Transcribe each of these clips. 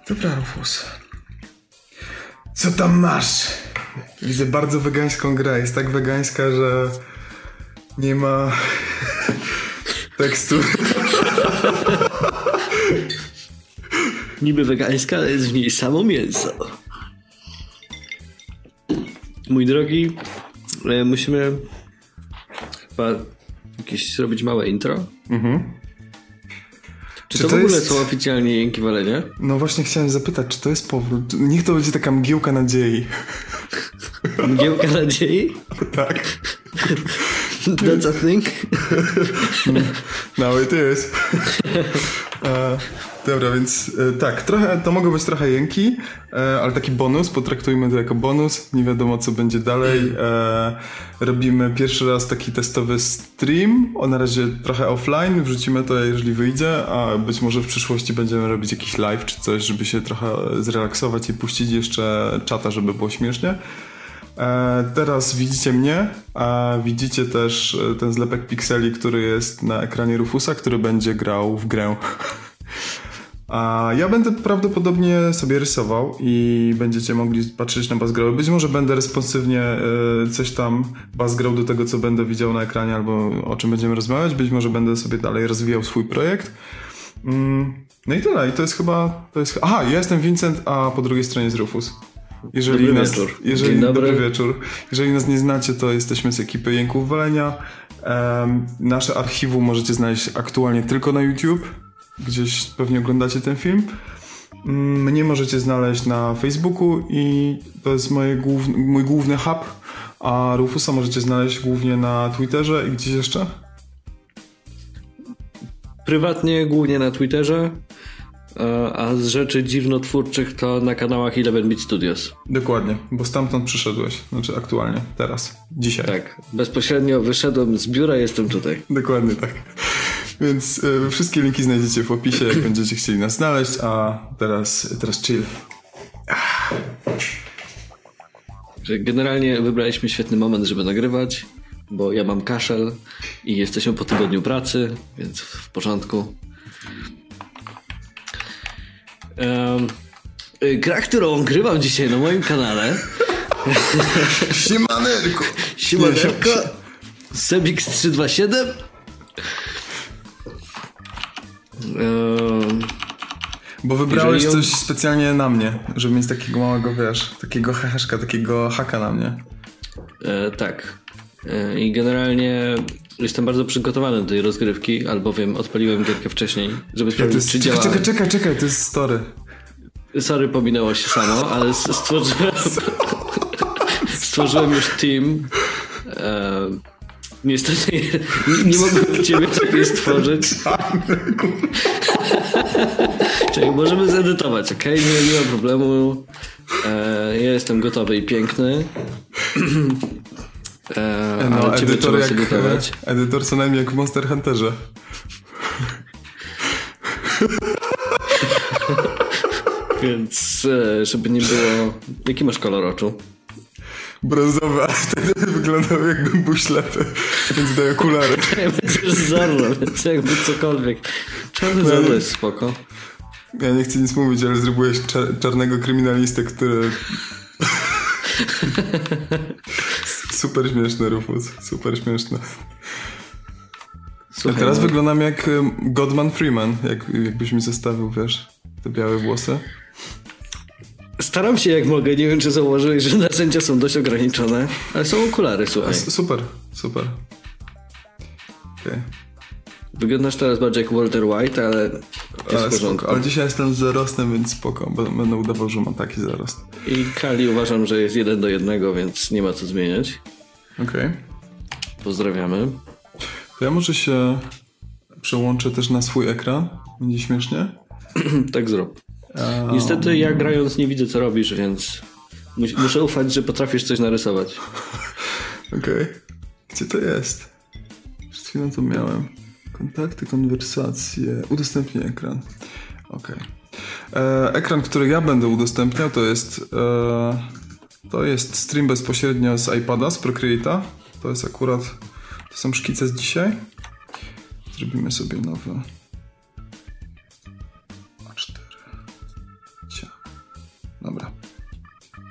Dobra, Rufus. Co tam masz? Widzę bardzo wegańską grę. Jest tak wegańska, że nie ma tekstu. Niby wegańska, ale jest w niej samo mięso. Mój drogi, musimy chyba jakieś zrobić małe intro. Mhm. Czy to w ogóle są oficjalnie jęki walenia? No właśnie chciałem zapytać, czy to jest powrót? Niech to będzie taka mgiełka nadziei. Mgiełka nadziei? Tak. That's a thing? No it is. Dobra, więc tak, trochę, to mogą być trochę jęki, ale taki bonus, potraktujmy to jako bonus, nie wiadomo co będzie dalej. Robimy pierwszy raz taki testowy stream, na razie trochę offline, wrzucimy to jeżeli wyjdzie, a być może w przyszłości będziemy robić jakiś live czy coś, żeby się trochę zrelaksować i puścić jeszcze czata, żeby było śmiesznie. Teraz widzicie mnie, a widzicie też ten zlepek pikseli, który jest na ekranie Rufusa, który będzie grał w grę. A ja będę prawdopodobnie sobie rysował i będziecie mogli patrzeć na Buzzgrow. Być może będę responsywnie coś tam Buzzgrow do tego, co będę widział na ekranie albo o czym będziemy rozmawiać. Być może będę sobie dalej rozwijał swój projekt. No i tyle. I to jest chyba... Aha, ja jestem Vincent, a po drugiej stronie jest Rufus. Dobry wieczór. Jeżeli nas nie znacie, to jesteśmy z ekipy Jęków Walenia. Nasze archiwum możecie znaleźć aktualnie tylko na YouTube. Gdzieś pewnie oglądacie ten film. Mnie możecie znaleźć na Facebooku i to jest mój główny hub, a Rufusa możecie znaleźć głównie na Twitterze i gdzieś jeszcze? Prywatnie głównie na Twitterze, a z rzeczy dziwnotwórczych to na kanałach 11-Bit Studios. Dokładnie, bo stamtąd przyszedłeś, znaczy aktualnie, teraz, dzisiaj. Tak, bezpośrednio wyszedłem z biura, jestem tutaj. Dokładnie tak. Więc wszystkie linki znajdziecie w opisie, jak będziecie chcieli nas znaleźć, a teraz chill. Generalnie wybraliśmy świetny moment, żeby nagrywać, bo ja mam kaszel i jesteśmy po tygodniu pracy, więc w porządku. Gra, którą grywam dzisiaj na moim kanale. Siemaneczko. Siemaneczko. Sebix 327. Bo wybrałeś coś specjalnie na mnie, żeby mieć takiego małego, wiesz, takiego heheszka, takiego haka na mnie. Tak. I generalnie jestem bardzo przygotowany do tej rozgrywki, albowiem odpaliłem gierkę wcześniej, żeby sprawdzić, czy działa. Czekaj, to jest story. Sorry, pominęło się samo, ale stworzyłem już team. Niestety nie mogłem ciebie lepiej stworzyć. Czekaj, możemy zedytować, okej? Nie ma problemu. Ja jestem gotowy i piękny. Ale ciebie trzeba zedytować. Edytor co najmniej jak w Monster Hunterze. Więc żeby nie było... Jaki masz kolor oczu? Brązowy, ale wtedy wyglądał jakbym był ślepy, więc daję okulary. Będziesz Zorro, więc jakby cokolwiek. Czarny Zorro jest spoko. Ja nie chcę nic mówić, ale zrobiłeś czarnego kryminalistę, który... Super śmieszny, Rufus. Super śmieszny. Słuchaj, teraz wyglądam jak Godman Freeman, jakbyś mi zostawił, wiesz, te białe włosy. Staram się jak mogę, nie wiem czy zauważyłeś, że narzędzia są dość ograniczone, ale są okulary, słuchaj. Super. Okay. Wyglądasz teraz bardziej jak Walter White, ale jest w porządku. Ale dzisiaj jestem z zarostem, więc spoko, będę udawał, że mam taki zarost. I Kali uważam, że jest 1:1, więc nie ma co zmieniać. Okej. Pozdrawiamy. To ja może się przełączę też na swój ekran, będzie śmiesznie. Tak zrób. Niestety ja grając nie widzę co robisz, więc muszę ufać, że potrafisz coś narysować. Okej. Gdzie to jest? Przed chwilą to miałem. Kontakty, konwersacje, udostępnij ekran. Okej. Ekran, który ja będę udostępniał to jest stream bezpośrednio z iPada, z Procreate'a. To jest akurat, to są szkice z dzisiaj. Zrobimy sobie nowe A4.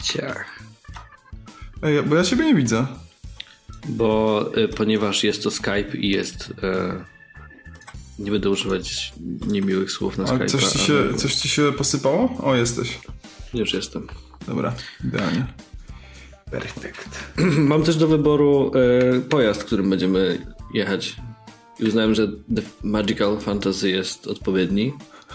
Ciach. Ej, bo ja siebie nie widzę. Bo ponieważ jest to Skype i jest... nie będę używać niemiłych słów na Skype. Coś ci się posypało? O, jesteś. Już jestem. Dobra, idealnie. Perfekt. Mam też do wyboru pojazd, którym będziemy jechać. I uznałem, że The Magical Fantasy jest odpowiedni.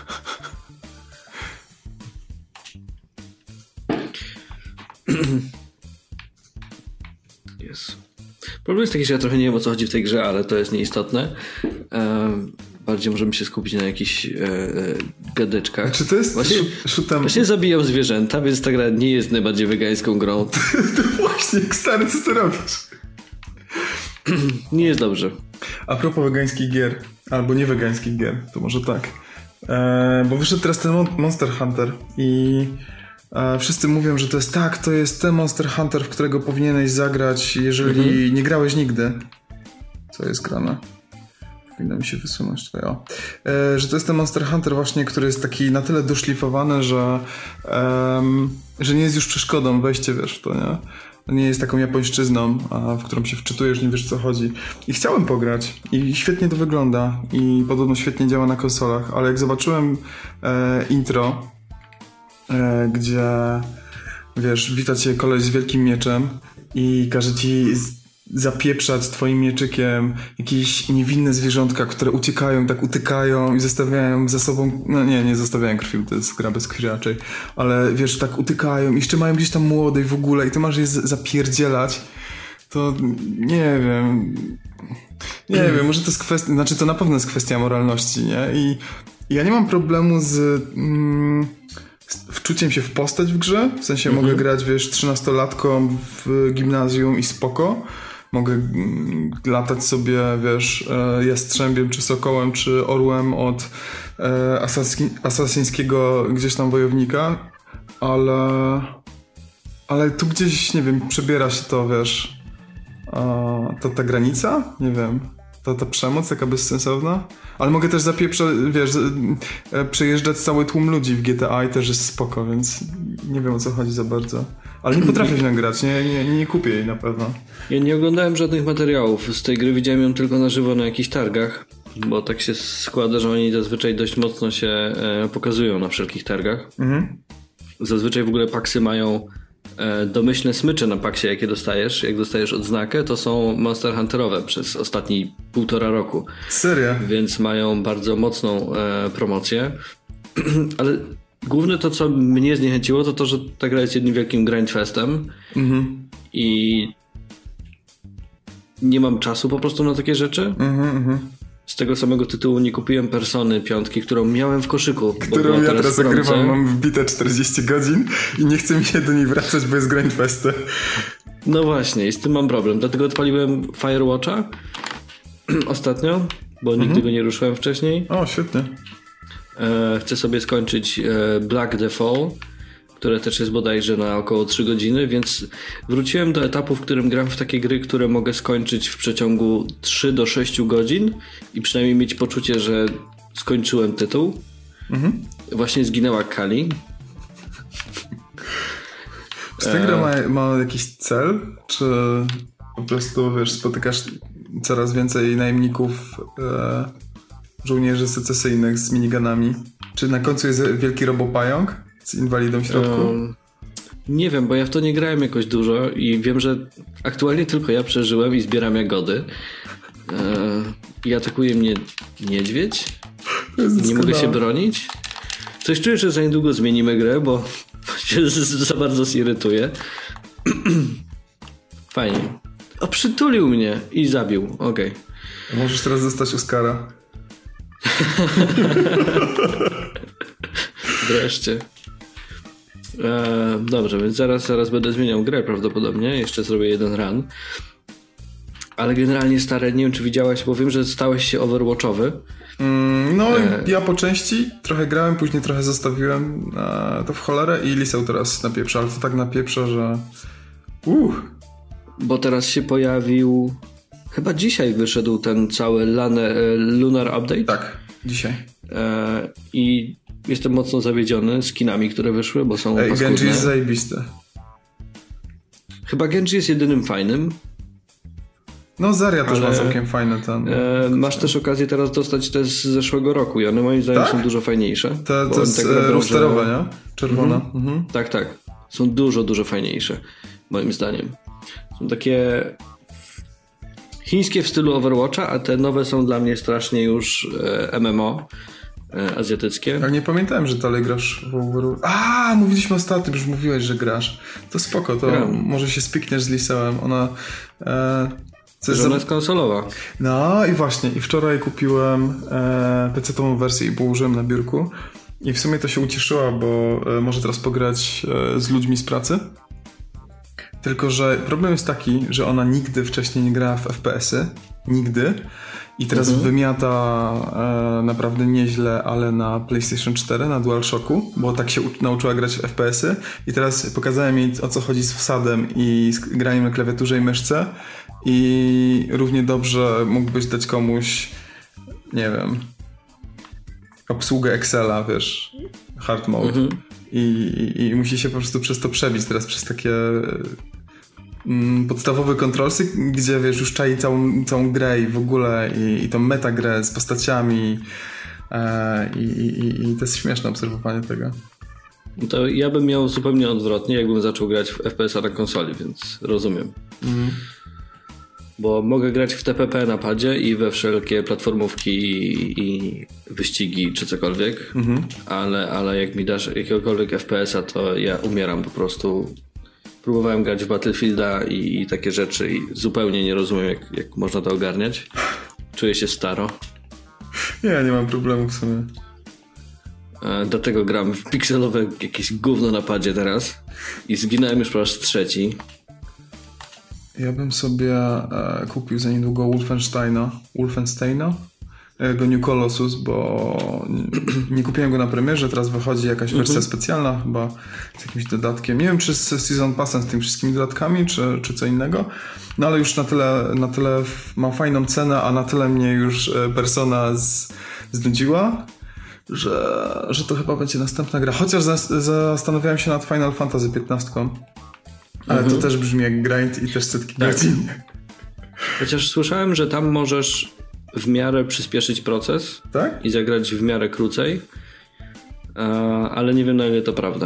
Yes. Problem jest taki, że ja trochę nie wiem, o co chodzi w tej grze, ale to jest nieistotne. Bardziej możemy się skupić na jakichś gadeczkach. Czy to jest Właśnie zabijam zwierzęta, więc ta gra nie jest najbardziej wegańską grą. To właśnie, stary, co ty robisz? Nie jest dobrze. A propos wegańskich gier, albo nie wegańskich gier, to może tak. Bo wyszedł teraz ten Monster Hunter i wszyscy mówią, że to jest ten Monster Hunter, w którego powinieneś zagrać, jeżeli nie grałeś nigdy. Co jest grane? Powinno mi się wysunąć tutaj, że to jest ten Monster Hunter właśnie, który jest taki na tyle doszlifowany, że nie jest już przeszkodą wejście, wiesz, w to, nie? Nie jest taką japońszczyzną, w którą się wczytujesz, nie wiesz, co chodzi. I chciałem pograć i świetnie to wygląda i podobno świetnie działa na konsolach, ale jak zobaczyłem intro, gdzie, wiesz, wita cię koleś z wielkim mieczem i każe ci zapieprzać twoim mieczykiem jakieś niewinne zwierzątka, które uciekają, tak utykają i zostawiają za sobą, no nie zostawiają krwi, to jest gra bez krwi raczej, ale wiesz, tak utykają i jeszcze mają gdzieś tam młode i w ogóle i ty masz je zapierdzielać, to nie wiem, może to jest kwestia, znaczy to na pewno jest kwestia moralności, nie? I ja nie mam problemu z wczuciem się w postać w grze, w sensie mogę grać, wiesz, 13-latką w gimnazjum i spoko. Mogę latać sobie, wiesz, jastrzębiem, czy sokołem, czy orłem od asasyńskiego gdzieś tam wojownika, ale tu gdzieś, nie wiem, przebiera się to, wiesz, ta granica? Nie wiem. Ta przemoc taka bezsensowna? Ale mogę też wiesz, przejeżdżać cały tłum ludzi w GTA i też jest spoko, więc nie wiem, o co chodzi za bardzo. Ale nie potrafię w nią grać, nie kupię jej na pewno. Ja nie oglądałem żadnych materiałów z tej gry, widziałem ją tylko na żywo na jakichś targach, bo tak się składa, że oni zazwyczaj dość mocno się pokazują na wszelkich targach. Zazwyczaj w ogóle paksy mają domyślne smycze na paksie, jakie dostajesz. Jak dostajesz odznakę, to są Monster Hunterowe przez ostatni 1,5 roku. Serio? Więc mają bardzo mocną promocję. Ale główne to, co mnie zniechęciło, to to, że ta gra jest jednym wielkim grindfestem i nie mam czasu po prostu na takie rzeczy. Z tego samego tytułu nie kupiłem Persony 5, którą miałem w koszyku. Którą ja teraz zagrywam, mam wbite 40 godzin i nie chcę mi się do niej wracać, bo jest grindfestem. No właśnie, i z tym mam problem. Dlatego odpaliłem Firewatcha ostatnio, bo nigdy go nie ruszyłem wcześniej. O, świetnie. Chcę sobie skończyć Black the Fall, które też jest bodajże na około 3 godziny, więc wróciłem do etapu, w którym gram w takie gry, które mogę skończyć w przeciągu 3 do 6 godzin i przynajmniej mieć poczucie, że skończyłem tytuł. Właśnie zginęła Kali. Czy ta gra ma jakiś cel? Czy po prostu, wiesz, spotykasz coraz więcej najemników, żołnierzy secesyjnych z minigunami? Czy na końcu jest wielki robopająk z inwalidą w środku? Nie wiem, bo ja w to nie grałem jakoś dużo i wiem, że aktualnie tylko ja przeżyłem i zbieram jagody. I atakuje mnie niedźwiedź. Nie mogę się bronić. Coś czuję, że za niedługo zmienimy grę, bo się za bardzo zirytuję. Fajnie. O, przytulił mnie i zabił. Okej. Możesz teraz dostać Oscara. Wreszcie. Dobrze, więc zaraz będę zmieniał grę prawdopodobnie. Jeszcze zrobię jeden run. Ale generalnie stare, nie wiem czy widziałeś, bo wiem, że stałeś się overwatchowy. Ja po części trochę grałem, później trochę zostawiłem to w cholerę i Lisał teraz napieprza, ale to tak napieprza, że Bo teraz się pojawił, chyba dzisiaj wyszedł ten cały Lunar Update. Tak, dzisiaj. I jestem mocno zawiedziony skinami, które wyszły, bo są paskudne. Genji jest zajebiste. Chyba Genji jest jedynym fajnym. No Zarya też ma całkiem fajne ten. Masz też okazję teraz dostać te z zeszłego roku i one moim zdaniem są dużo fajniejsze. To jest tak rosterowe, nie? Czerwone. Tak. Są dużo fajniejsze, moim zdaniem. Są takie chińskie w stylu Overwatcha, a te nowe są dla mnie strasznie już MMO azjatyckie. Ale nie pamiętałem, że dalej grasz w Overwatch. Mówiliśmy ostatnio, już mówiłeś, że grasz. To spoko, to może się spikniesz z Lisełem. Ona... Ona jest konsolowa. No i właśnie, i wczoraj kupiłem PC-tową wersję i położyłem na biurku i w sumie to się ucieszyła, bo może teraz pograć z ludźmi z pracy. Tylko że problem jest taki, że ona nigdy wcześniej nie grała w FPS-y. Nigdy. I teraz wymiata naprawdę nieźle, ale na PlayStation 4, na DualShocku, bo tak się nauczyła grać w FPS-y. I teraz pokazałem jej, o co chodzi z wsadem i z graniem na klawiaturze i myszce. I równie dobrze mógłbyś dać komuś, nie wiem, obsługę Excela, wiesz, hard mode. I musi się po prostu przez to przebić teraz przez takie podstawowe kontrolsy, gdzie wiesz, już czai całą grę i w ogóle i tą metagrę z postaciami i to jest śmieszne obserwowanie tego. To ja bym miał zupełnie odwrotnie, jakbym zaczął grać w FPS-a na konsoli, więc rozumiem. Bo mogę grać w TPP na padzie i we wszelkie platformówki i wyścigi czy cokolwiek, ale jak mi dasz jakiegokolwiek FPS-a, to ja umieram po prostu. Próbowałem grać w Battlefielda i takie rzeczy i zupełnie nie rozumiem, jak można to ogarniać. Czuję się staro. Nie mam problemu w sumie. Dlatego gram w pikselowe jakieś gówno na padzie teraz i zginąłem już po raz 3. Ja bym sobie kupił za niedługo Wolfensteina, go New Colossus, bo nie kupiłem go na premierze, teraz wychodzi jakaś wersja specjalna chyba z jakimś dodatkiem. Nie wiem, czy z Season Passem, z tymi wszystkimi dodatkami, czy co innego. No ale już na tyle ma fajną cenę, a na tyle mnie już persona znudziła, że to chyba będzie następna gra. Chociaż zastanawiałem się nad Final Fantasy 15. Ale to też brzmi jak grind i też setki godzin. Chociaż słyszałem, że tam możesz w miarę przyspieszyć proces i zagrać w miarę krócej, ale nie wiem, na ile to prawda.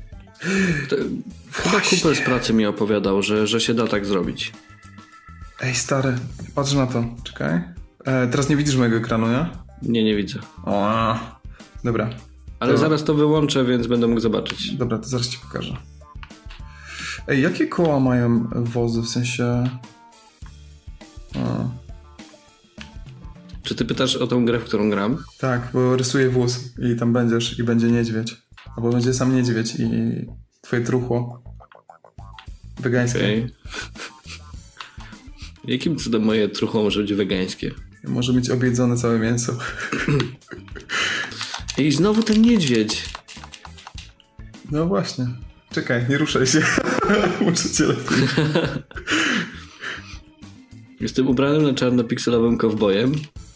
Chyba kupę z pracy mi opowiadał, że się da tak zrobić. Ej stary, patrz na to, czekaj. Teraz nie widzisz mojego ekranu, nie? Nie widzę. Dobra. Ale zaraz to wyłączę, więc będę mógł zobaczyć. Dobra, to zaraz ci pokażę. Ej, jakie koła mają wozy, w sensie... Czy ty pytasz o tą grę, w którą gram? Tak, bo rysuję wóz i tam będziesz i będzie niedźwiedź. Albo będzie sam niedźwiedź i twoje truchło. Wegańskie. Okay. Jakim cudem moje truchło może być wegańskie? Może być objedzone całe mięso. I znowu ten niedźwiedź. No właśnie. Czekaj, nie ruszaj się. Muszę cię lepiej. Jestem ubranym na czarno-pikselowym kowbojem.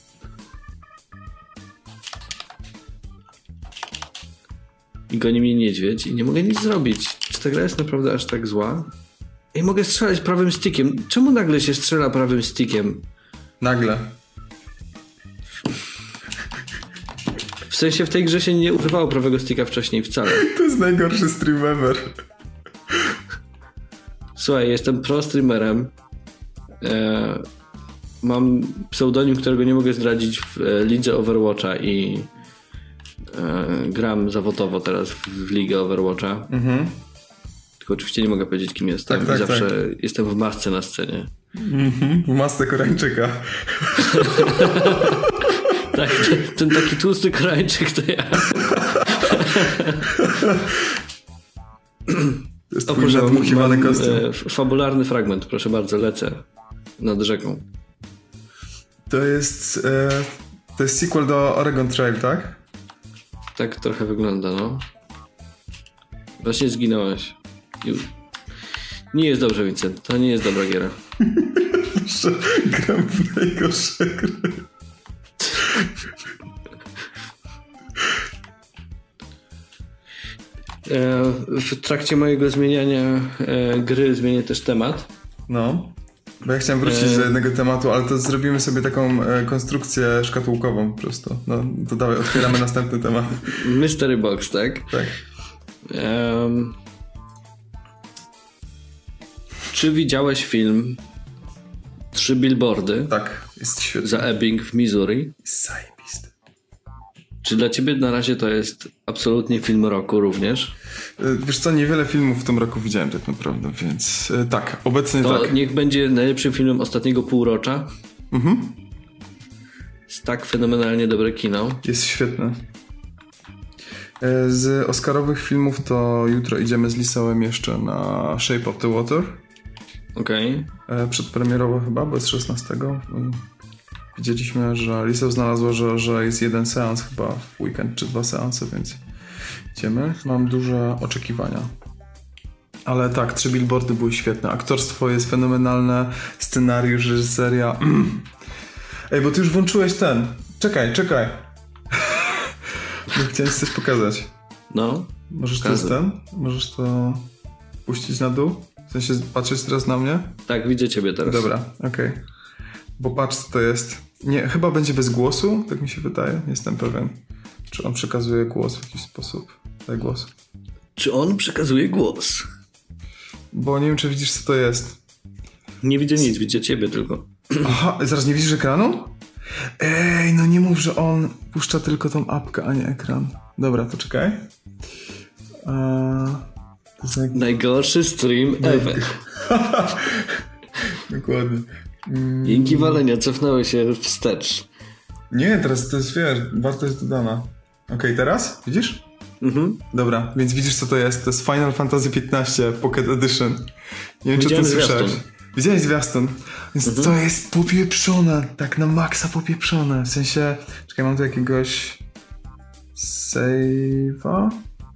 I goni mnie niedźwiedź i nie mogę nic zrobić. Czy ta gra jest naprawdę aż tak zła? I mogę strzelać prawym stickiem. Czemu nagle się strzela prawym stickiem? Nagle. W sensie w tej grze się nie używało prawego sticka wcześniej wcale. To jest najgorszy stream ever. Słuchaj, jestem pro streamerem. Mam pseudonim, którego nie mogę zdradzić w lidze Overwatcha i gram zawodowo teraz w ligę Overwatcha. Tylko oczywiście nie mogę powiedzieć, kim jestem. Tak, i zawsze jestem w masce na scenie. W masce Koreańczyka. Tak, ten taki tłusty Koreańczyk to ja. To jest twój nadmuchiwany kostium. Fabularny fragment, proszę bardzo, lecę nad rzeką. To jest sequel do Oregon Trail, tak? Tak trochę wygląda, no. Właśnie zginąłeś. Nie jest dobrze, Vincent. To nie jest dobra giera. Jeszcze gram w najgorsze gry. W trakcie mojego zmieniania gry zmienię też temat. No, bo ja chciałem wrócić do jednego tematu, ale to zrobimy sobie taką konstrukcję szkatułkową po prostu. No, to dawaj, otwieramy następny temat. Mystery Box, tak? Tak. Czy widziałeś film 3 billboardy? Tak, jest świetny. Za Ebbing w Missouri. Zajebisty. Czy dla ciebie na razie to jest absolutnie film roku również? Wiesz co, niewiele filmów w tym roku widziałem tak naprawdę, więc tak, obecnie to tak. Niech będzie najlepszym filmem ostatniego półrocza. Jest tak fenomenalnie dobre kino. Jest świetne. Z oscarowych filmów to jutro idziemy z Lisełem jeszcze na Shape of the Water. Okej. Przedpremierowo chyba, bo jest 16. Widzieliśmy, że Liseł znalazła, że jest jeden seans chyba w weekend, czy 2 seanse, więc idziemy. Mam duże oczekiwania. Ale tak, 3 billboardy były świetne. Aktorstwo jest fenomenalne, scenariusz, reżyseria. Ej, bo ty już włączyłeś ten. Czekaj. Chciałem ci coś pokazać. No. Możesz to jest ten? Możesz to puścić na dół? W sensie patrzeć teraz na mnie? Tak, widzę ciebie teraz. Dobra, okej. Bo patrz, co to jest. Nie, chyba będzie bez głosu, tak mi się wydaje. Nie jestem pewien. Czy on przekazuje głos w jakiś sposób? Daj głos. Czy on przekazuje głos? Bo nie wiem, czy widzisz, co to jest. Nie widzę nic, widzę ciebie tylko. Aha, zaraz nie widzisz ekranu? Ej, no nie mów, że on puszcza tylko tą apkę, a nie ekran. Dobra, to czekaj. To jest Najgorszy stream ever. Dokładnie. Dzięki walenia cofnęły się wstecz. Nie, teraz to jest, wiesz, wartość dodana. Okej, teraz? Widzisz? Dobra, więc widzisz, co to jest. To jest Final Fantasy XV Pocket Edition. Nie wiem, czy o tym słyszałeś. Widziałeś zwiastun? Więc to jest popieprzone. Tak na maksa popieprzone. W sensie... Czekaj, mam tu jakiegoś... save'a?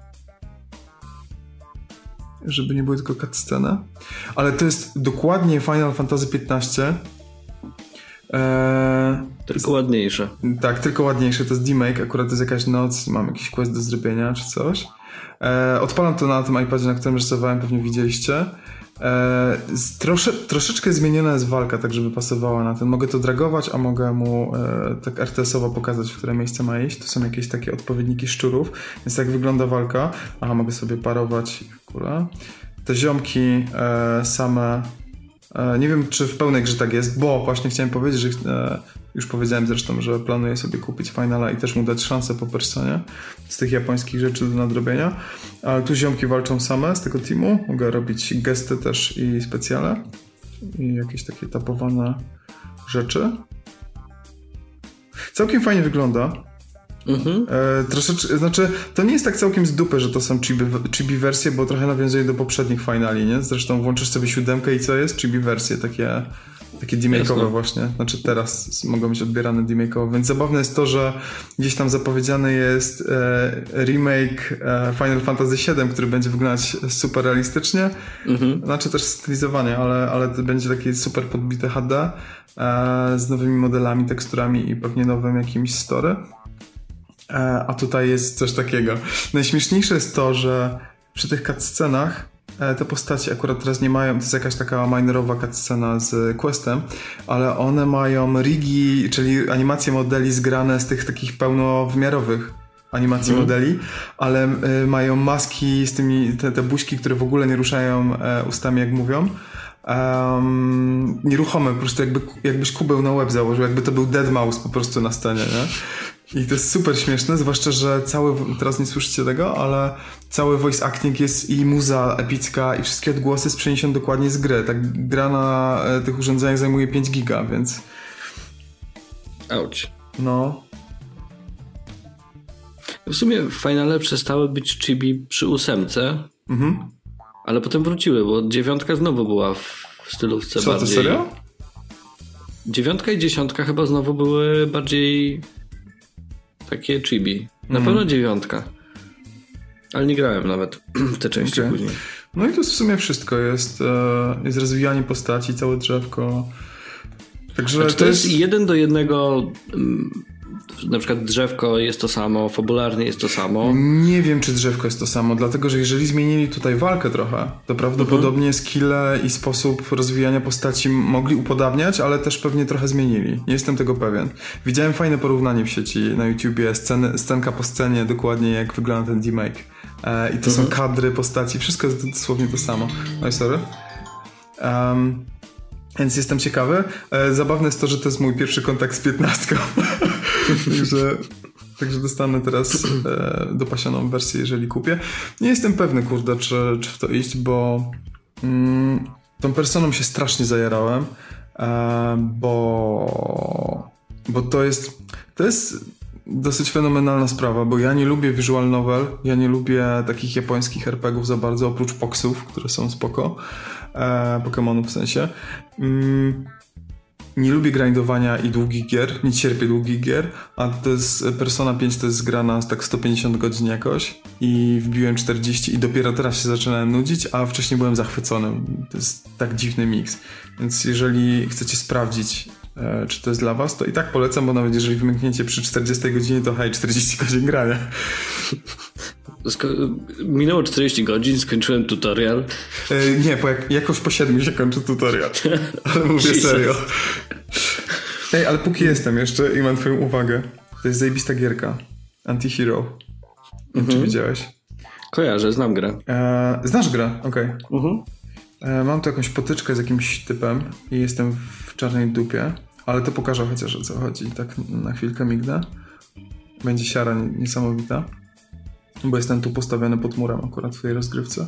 Żeby nie było tylko cutscene. Ale to jest dokładnie Final Fantasy XV. Tylko ładniejsze. Tak, tylko ładniejsze. To jest remake. Akurat to jest jakaś noc. Mam jakiś quest do zrobienia czy coś. Odpalam to na tym iPadzie, na którym rysowałem. Pewnie widzieliście. Troszeczkę zmieniona jest walka, tak żeby pasowała na ten. Mogę to dragować, a mogę mu tak RTS-owo pokazać, w które miejsce ma iść. To są jakieś takie odpowiedniki szczurów. Więc tak wygląda walka. Aha, mogę sobie parować w ogóle. Te ziomki same... nie wiem, czy w pełnej grze tak jest, bo właśnie chciałem powiedzieć, że już powiedziałem zresztą, że planuję sobie kupić Finala i też mu dać szansę po Personie z tych japońskich rzeczy do nadrobienia. Ale tu ziomki walczą same z tego teamu. Mogę robić gesty też i specjale i jakieś takie tapowane rzeczy. Całkiem fajnie wygląda. Troszeczkę, znaczy to nie jest tak całkiem z dupy, że to są chibi wersje, bo trochę nawiązuje do poprzednich Finali, nie? Zresztą włączysz sobie 7 i co jest? Chibi wersje, takie demake'owe właśnie. Znaczy teraz mogą być odbierane demake'owo, więc zabawne jest to, że gdzieś tam zapowiedziany jest remake Final Fantasy VII, który będzie wyglądać super realistycznie. Znaczy też stylizowanie, ale to będzie takie super podbite HD z nowymi modelami, teksturami i pewnie nowym jakimś story. A tutaj jest coś takiego. Najśmieszniejsze jest to, że przy tych cutscenach te postaci akurat teraz nie mają, to jest jakaś taka minorowa cutscena z questem, ale one mają rigi, czyli animacje modeli zgrane z tych takich pełnowymiarowych animacji modeli, ale mają maski z tymi, te buźki, które w ogóle nie ruszają ustami jak mówią. Nieruchome, po prostu jakbyś kubeł na łeb założył, jakby to był Deadmau5 po prostu na scenie, nie? I to jest super śmieszne, zwłaszcza, że teraz nie słyszycie tego, ale cały voice acting jest i muza epicka i wszystkie odgłosy jest przeniesione dokładnie z gry. Tak gra na tych urządzeniach zajmuje 5 giga, więc... Auć. No. W sumie w finale przestały być chibi przy 8, ale potem wróciły, bo 9 znowu była w stylówce bardziej... Co, to serio? 9 i 10 chyba znowu były bardziej... takie chibi. Na pewno 9. Ale nie grałem nawet w te części później. No i to jest w sumie wszystko. Jest rozwijanie postaci, całe drzewko. Także to jest 1:1 na przykład drzewko jest to samo, fabularnie jest to samo. Nie wiem, czy drzewko jest to samo, dlatego że jeżeli zmienili tutaj walkę trochę, to prawdopodobnie skille i sposób rozwijania postaci mogli upodabniać, ale też pewnie trochę zmienili. Nie jestem tego pewien. Widziałem fajne porównanie w sieci na YouTubie, scenka po scenie, dokładnie jak wygląda ten remake. I to są kadry postaci, wszystko jest dosłownie to samo. Oj, sorry. Więc jestem ciekawy. Zabawne jest to, że to jest mój pierwszy kontakt z 15. Także dostanę teraz dopasioną wersję, jeżeli kupię. Nie jestem pewny, kurde, czy w to iść, bo tą personą się strasznie zajarałem, bo to jest dosyć fenomenalna sprawa, bo ja nie lubię visual novel, ja nie lubię takich japońskich RPGów za bardzo, oprócz Poxów, które są spoko, Pokemonów w sensie. Nie lubię grindowania i długich gier, nie cierpię długich gier, a to jest Persona 5 to jest gra na tak 150 godzin jakoś i wbiłem 40 i dopiero teraz się zaczynałem nudzić, a wcześniej byłem zachwycony. To jest tak dziwny miks. Więc jeżeli chcecie sprawdzić, czy to jest dla was, to i tak polecam, bo nawet jeżeli wymkniecie przy 40 godzinie, to 40 godzin grania. Minęło 40 godzin, skończyłem tutorial. Nie, bo jakoś po 7 się kończy tutorial. Ale mówię serio. Ej, ale póki jestem jeszcze i mam twoją uwagę, to jest zajebista gierka. Anti-Hero. Czy widziałeś? Kojarzę, znam grę. Znasz grę? Okej. Mam tu jakąś potyczkę z jakimś typem i jestem w czarnej dupie, ale to pokażę chociaż, o co chodzi. Tak na chwilkę mignę. Będzie siara niesamowita. Bo jestem tu postawiony pod murem akurat w tej rozgrywce.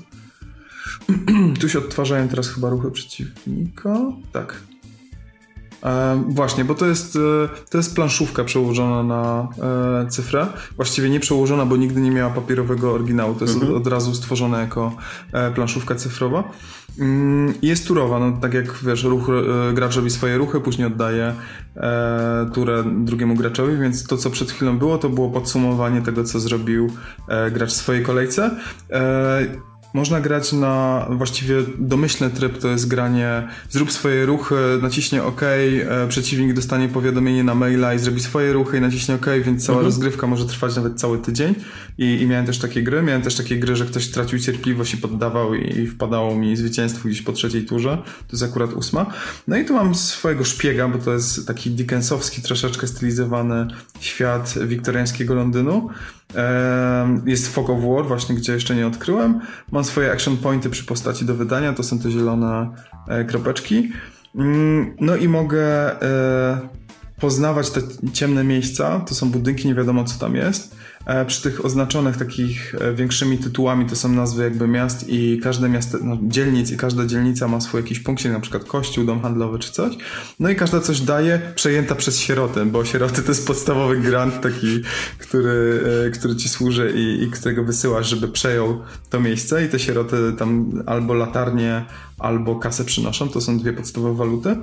Tu się odtwarzają teraz chyba ruchy przeciwnika. Tak. Właśnie, bo to jest planszówka przełożona na cyfrę. Właściwie nie przełożona, bo nigdy nie miała papierowego oryginału. To jest od razu stworzone jako planszówka cyfrowa. I jest turowa, no tak jak wiesz, gracz robi swoje ruchy, później oddaje turę drugiemu graczowi, więc to co przed chwilą było, to było podsumowanie tego, co zrobił gracz w swojej kolejce. Można grać na właściwie domyślny tryb, to jest granie zrób swoje ruchy, naciśnie OK, przeciwnik dostanie powiadomienie na maila i zrobi swoje ruchy i naciśnie OK, więc cała rozgrywka może trwać nawet cały tydzień i miałem też takie gry, że ktoś tracił cierpliwość i poddawał i wpadało mi zwycięstwo gdzieś po 3. turze, to jest akurat 8. No i tu mam swojego szpiega, bo to jest taki dickensowski, troszeczkę stylizowany świat wiktoriańskiego Londynu. Jest Fog of War, właśnie gdzie jeszcze nie odkryłem. Mam swoje action pointy przy postaci do wydania, to są te zielone kropeczki. No i mogę poznawać te ciemne miejsca, to są budynki, nie wiadomo co tam jest. Przy tych oznaczonych takich większymi tytułami to są nazwy jakby miast i każde miasto, dzielnic i każda dzielnica ma swój jakiś punkcik, na przykład kościół, dom handlowy czy coś. No i każda coś daje, przejęta przez sierotę, bo sieroty to jest podstawowy grant taki, który ci służy i którego wysyłasz, żeby przejął to miejsce i te sieroty tam albo latarnie, albo kasę przynoszą, to są 2 podstawowe waluty.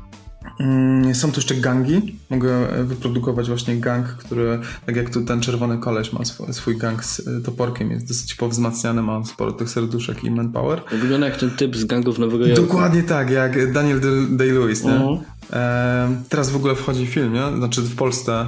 Są tu jeszcze gangi. Mogę wyprodukować właśnie gang, który, tak jak tu ten czerwony koleś ma swój gang z toporkiem, jest dosyć powzmacniany, ma sporo tych serduszek i manpower. Wygląda jak ten typ z gangów Nowego Jorku. Dokładnie tak, jak Daniel Day-Lewis, nie? Teraz w ogóle wchodzi film, nie? Znaczy w Polsce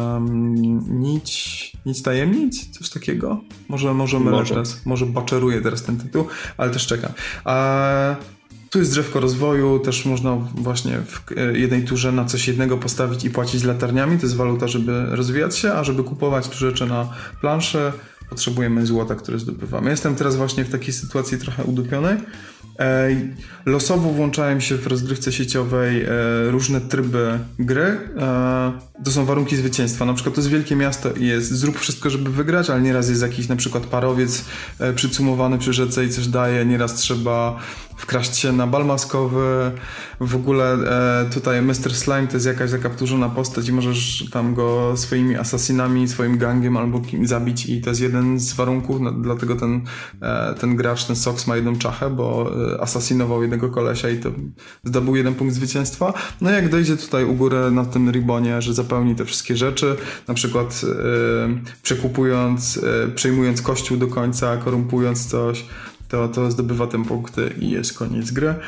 Nić tajemnic? Coś takiego? Może mylę teraz. Może baczeruję teraz ten tytuł, ale też czekam. Tu jest drzewko rozwoju, też można właśnie w jednej turze na coś jednego postawić i płacić latarniami, to jest waluta, żeby rozwijać się, a żeby kupować tu rzeczy na planszę, potrzebujemy złota, które zdobywamy. Jestem teraz właśnie w takiej sytuacji trochę udupionej. Losowo włączałem się w rozgrywce sieciowej różne tryby gry. To są warunki zwycięstwa. Na przykład to jest wielkie miasto i jest zrób wszystko, żeby wygrać, ale nieraz jest jakiś na przykład parowiec przycumowany przy rzece i coś daje. Nieraz trzeba wkraść się na bal maskowy. W ogóle tutaj Mr. Slime to jest jakaś zakapturzona postać i możesz tam go swoimi asasinami, swoim gangiem albo kim zabić i to jest jeden z warunków, dlatego ten gracz, ten Sox ma jedną czachę, bo asasinował jednego kolesia i to zdobył 1 punkt zwycięstwa. No jak dojdzie tutaj u góry na tym ribonie, że zapełni te wszystkie rzeczy, na przykład przekupując, przejmując kościół do końca, korumpując coś, to zdobywa te punkty i jest koniec gry.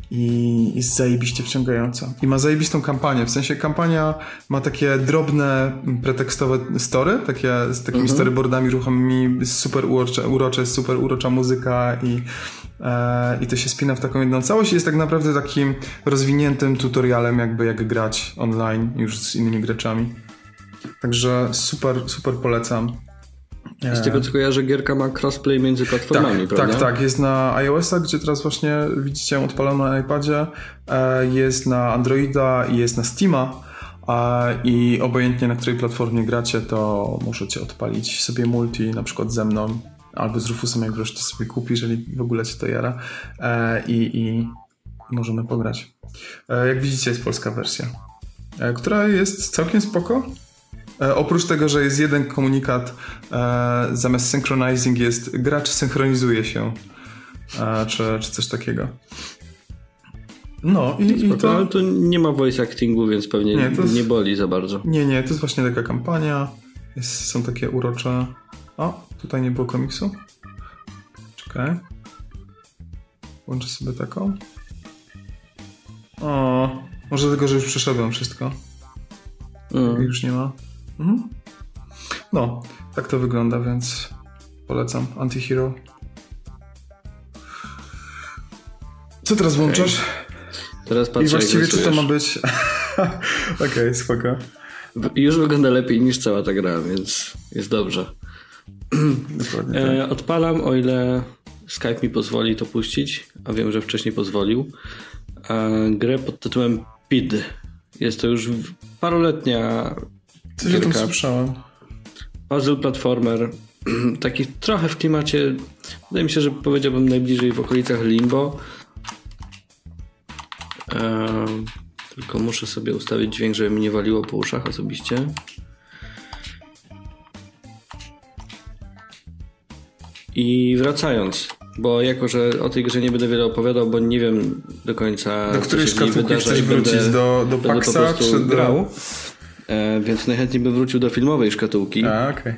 i jest zajebiście wciągająca. I ma zajebistą kampanię, w sensie kampania ma takie drobne, pretekstowe story, takie z takimi storyboardami ruchomymi, jest super urocze, jest super urocza muzyka i to się spina w taką jedną całość i jest tak naprawdę takim rozwiniętym tutorialem jakby jak grać online już z innymi graczami. Także super polecam. Z tego co kojarzę, gierka ma crossplay między platformami, prawda? Tak, jest na iOS-a, gdzie teraz właśnie widzicie ją odpaloną na iPadzie, jest na Androida i jest na Steama i obojętnie na której platformie gracie, to możecie odpalić sobie multi, na przykład ze mną albo z Rufusem, jak wreszcie sobie kupi, jeżeli w ogóle cię to jara i możemy pograć. Jak widzicie, jest polska wersja, która jest całkiem spoko. Oprócz tego, że jest jeden komunikat, zamiast synchronizing jest gracz synchronizuje się, czy coś takiego. No i to... Ale to nie ma voice actingu, więc pewnie nie boli za bardzo. Nie, to jest właśnie taka kampania, są takie urocze... O, tutaj nie było komiksu. Czekaj. Włączę sobie taką. O, może dlatego, że już przeszedłem wszystko. Już nie ma. No, tak to wygląda, więc polecam. Antihero. Co teraz włączasz? Teraz patrzę, i właściwie czy to ma być... Okej, spoko. Już wygląda lepiej niż cała ta gra, więc jest dobrze. Dokładnie tak. Odpalam, o ile Skype mi pozwoli to puścić, a wiem, że wcześniej pozwolił. Grę pod tytułem PID. Jest to już paroletnia coś o tym słyszałem. Puzzle platformer. Taki trochę w klimacie, wydaje mi się, że powiedziałbym najbliżej w okolicach Limbo. Tylko muszę sobie ustawić dźwięk, żeby mi nie waliło po uszach osobiście. I wracając, bo jako, że o tej grze nie będę wiele opowiadał, bo nie wiem do końca, do której szkatułki chcesz wrócić? Do Paxa czy grał? Więc najchętniej bym wrócił do filmowej szkatułki. Okej.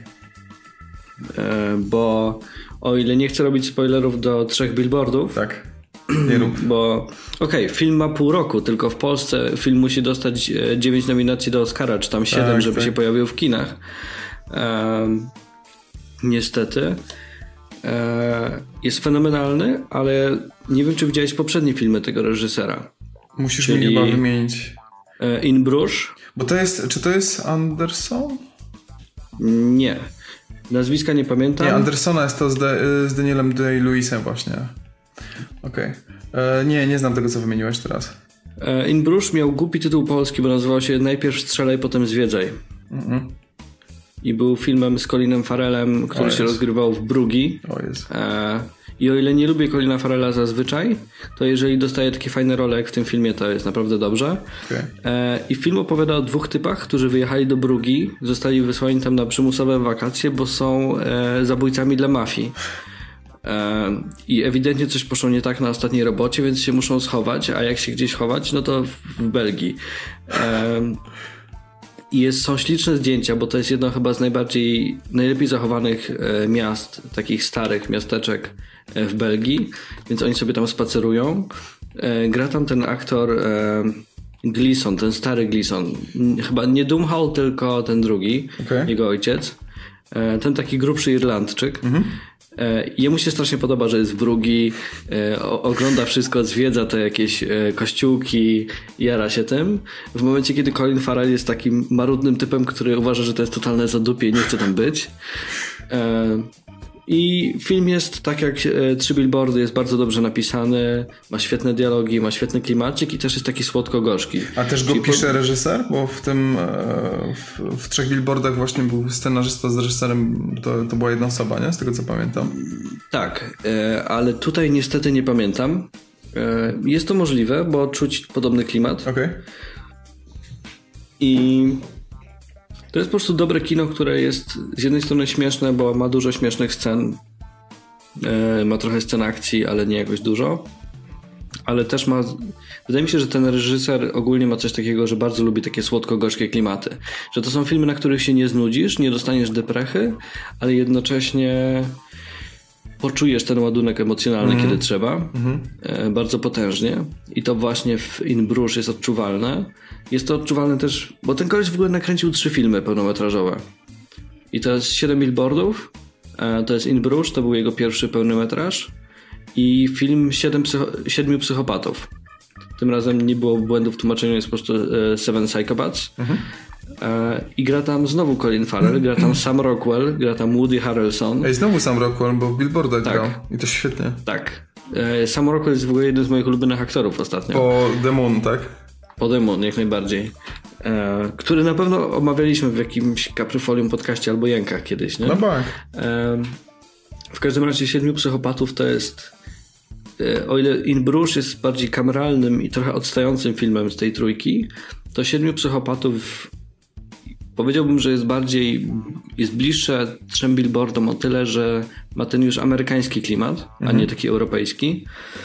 Bo o ile nie chcę robić spoilerów do 3 billboardów, tak, nie rób. Bo film ma pół roku, tylko w Polsce film musi dostać 9 nominacji do Oscara, czy tam 7, żeby się pojawił w kinach. Niestety. Jest fenomenalny, ale nie wiem, czy widziałeś poprzednie filmy tego reżysera. Musisz mi chyba wymienić. In Bruges. Bo czy to jest Anderson? Nie. Nazwiska nie pamiętam. Nie, Andersona jest to z Danielem Day-Lewisem właśnie. Okej. Nie znam tego, co wymieniłeś teraz. In Bruges miał głupi tytuł polski, bo nazywał się Najpierw strzelaj, potem zwiedzaj. I był filmem z Colinem Farrellem, który się rozgrywał w Brugii. I o ile nie lubię Colina Farrella zazwyczaj, to jeżeli dostaje takie fajne role jak w tym filmie, to jest naprawdę dobrze. I film opowiada o 2 typach, którzy wyjechali do Brugii, zostali wysłani tam na przymusowe wakacje, bo są zabójcami dla mafii. I ewidentnie coś poszło nie tak na ostatniej robocie, więc się muszą schować, a jak się gdzieś chować, no to w Belgii. I są śliczne zdjęcia, bo to jest jedno chyba z najlepiej zachowanych miast, takich starych miasteczek w Belgii, więc oni sobie tam spacerują. Gra tam ten aktor Gleeson, ten stary Gleeson. Chyba nie Doomhall, tylko ten drugi, jego ojciec. Ten taki grubszy Irlandczyk. Jemu się strasznie podoba, że jest w Brugii, ogląda wszystko, zwiedza te jakieś kościółki, jara się tym. W momencie, kiedy Colin Farrell jest takim marudnym typem, który uważa, że to jest totalne zadupie i nie chce tam być. I film jest tak jak 3 billboardy, jest bardzo dobrze napisany, ma świetne dialogi, ma świetny klimacik i też jest taki słodko-gorzki. A też go pisze reżyser? Bo w tym w 3 billboardach właśnie był scenarzysta z reżyserem, to była jedna osoba, nie? Z tego co pamiętam. Tak, ale tutaj niestety nie pamiętam. Jest to możliwe, bo czuć podobny klimat. I to jest po prostu dobre kino, które jest z jednej strony śmieszne, bo ma dużo śmiesznych scen. Ma trochę scen akcji, ale nie jakoś dużo. Ale też ma... Wydaje mi się, że ten reżyser ogólnie ma coś takiego, że bardzo lubi takie słodko-gorzkie klimaty. Że to są filmy, na których się nie znudzisz, nie dostaniesz deprechy, ale jednocześnie poczujesz ten ładunek emocjonalny, kiedy trzeba. Bardzo potężnie. I to właśnie w In Bruges jest odczuwalne. Jest to odczuwalne też, bo ten koleś w ogóle nakręcił 3 filmy pełnometrażowe. I to jest 7 billboardów. To jest In Bruges, to był jego pierwszy pełny metraż. I film 7 psychopatów. Tym razem nie było błędów w tłumaczeniu, jest po prostu 7 Psychopaths. I gra tam znowu Colin Farrell, gra tam Sam Rockwell, gra tam Woody Harrelson. Ej, znowu Sam Rockwell, bo w Billboardach grał. I to świetnie. Tak. Sam Rockwell jest w ogóle jeden z moich ulubionych aktorów ostatnio. Po The Moon, tak? Po The Moon, jak najbardziej. Który na pewno omawialiśmy w jakimś Caprifolium podcaście albo Jękach kiedyś, nie? No bank. W każdym razie 7 psychopatów to jest, o ile In Bruges jest bardziej kameralnym i trochę odstającym filmem z tej trójki, to 7 psychopatów powiedziałbym, że jest bliższe 3 billboardom o tyle, że ma ten już amerykański klimat, a nie taki europejski.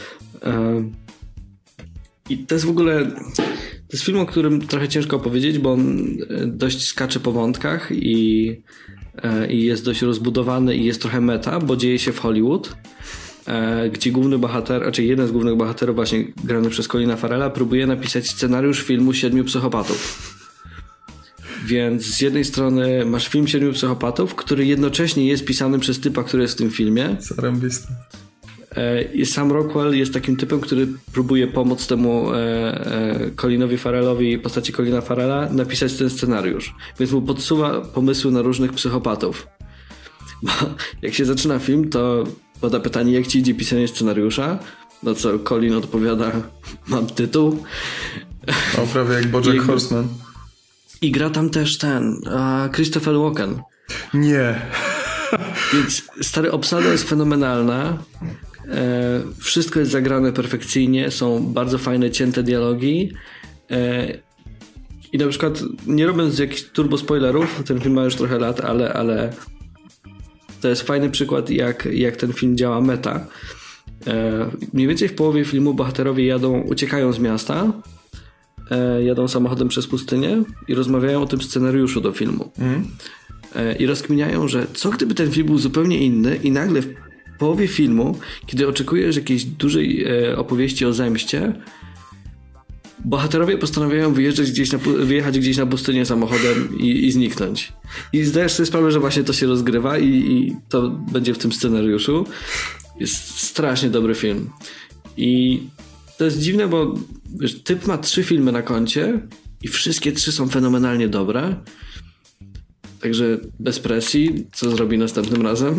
I to jest w ogóle... To jest film, o którym trochę ciężko opowiedzieć, bo on dość skacze po wątkach i jest dość rozbudowany i jest trochę meta, bo dzieje się w Hollywood, gdzie główny bohater, raczej jeden z głównych bohaterów, właśnie grany przez Colina Farrella, próbuje napisać scenariusz filmu 7 psychopatów. Więc z jednej strony masz film 7 psychopatów, który jednocześnie jest pisany przez typa, który jest w tym filmie. Zarąbiste. I Sam Rockwell jest takim typem, który próbuje pomóc temu Colinowi Farrellowi, postaci Colina Farrella, napisać ten scenariusz. Więc mu podsuwa pomysły na różnych psychopatów. Bo jak się zaczyna film, to pada pytanie, jak ci idzie pisanie scenariusza? No co Colin odpowiada, mam tytuł. O, prawie jak BoJack Horseman. I gra tam też Christopher Walken. Nie. Więc stary, obsada jest fenomenalna. Wszystko jest zagrane perfekcyjnie. Są bardzo fajne, cięte dialogi. I na przykład, nie robiąc jakichś turbo spoilerów, ten film ma już trochę lat, ale to jest fajny przykład, jak ten film działa meta. Mniej więcej w połowie filmu bohaterowie uciekają z miasta, jadą samochodem przez pustynię i rozmawiają o tym scenariuszu do filmu. I rozkminiają, że co gdyby ten film był zupełnie inny i nagle w połowie filmu, kiedy oczekujesz jakiejś dużej opowieści o zemście, bohaterowie postanawiają wyjechać gdzieś na pustynię samochodem i zniknąć. I zdajesz sobie sprawę, że właśnie to się rozgrywa i to będzie w tym scenariuszu. Jest strasznie dobry film. I to jest dziwne, bo wiesz, typ ma 3 filmy na koncie i wszystkie 3 są fenomenalnie dobre. Także bez presji, co zrobi następnym razem?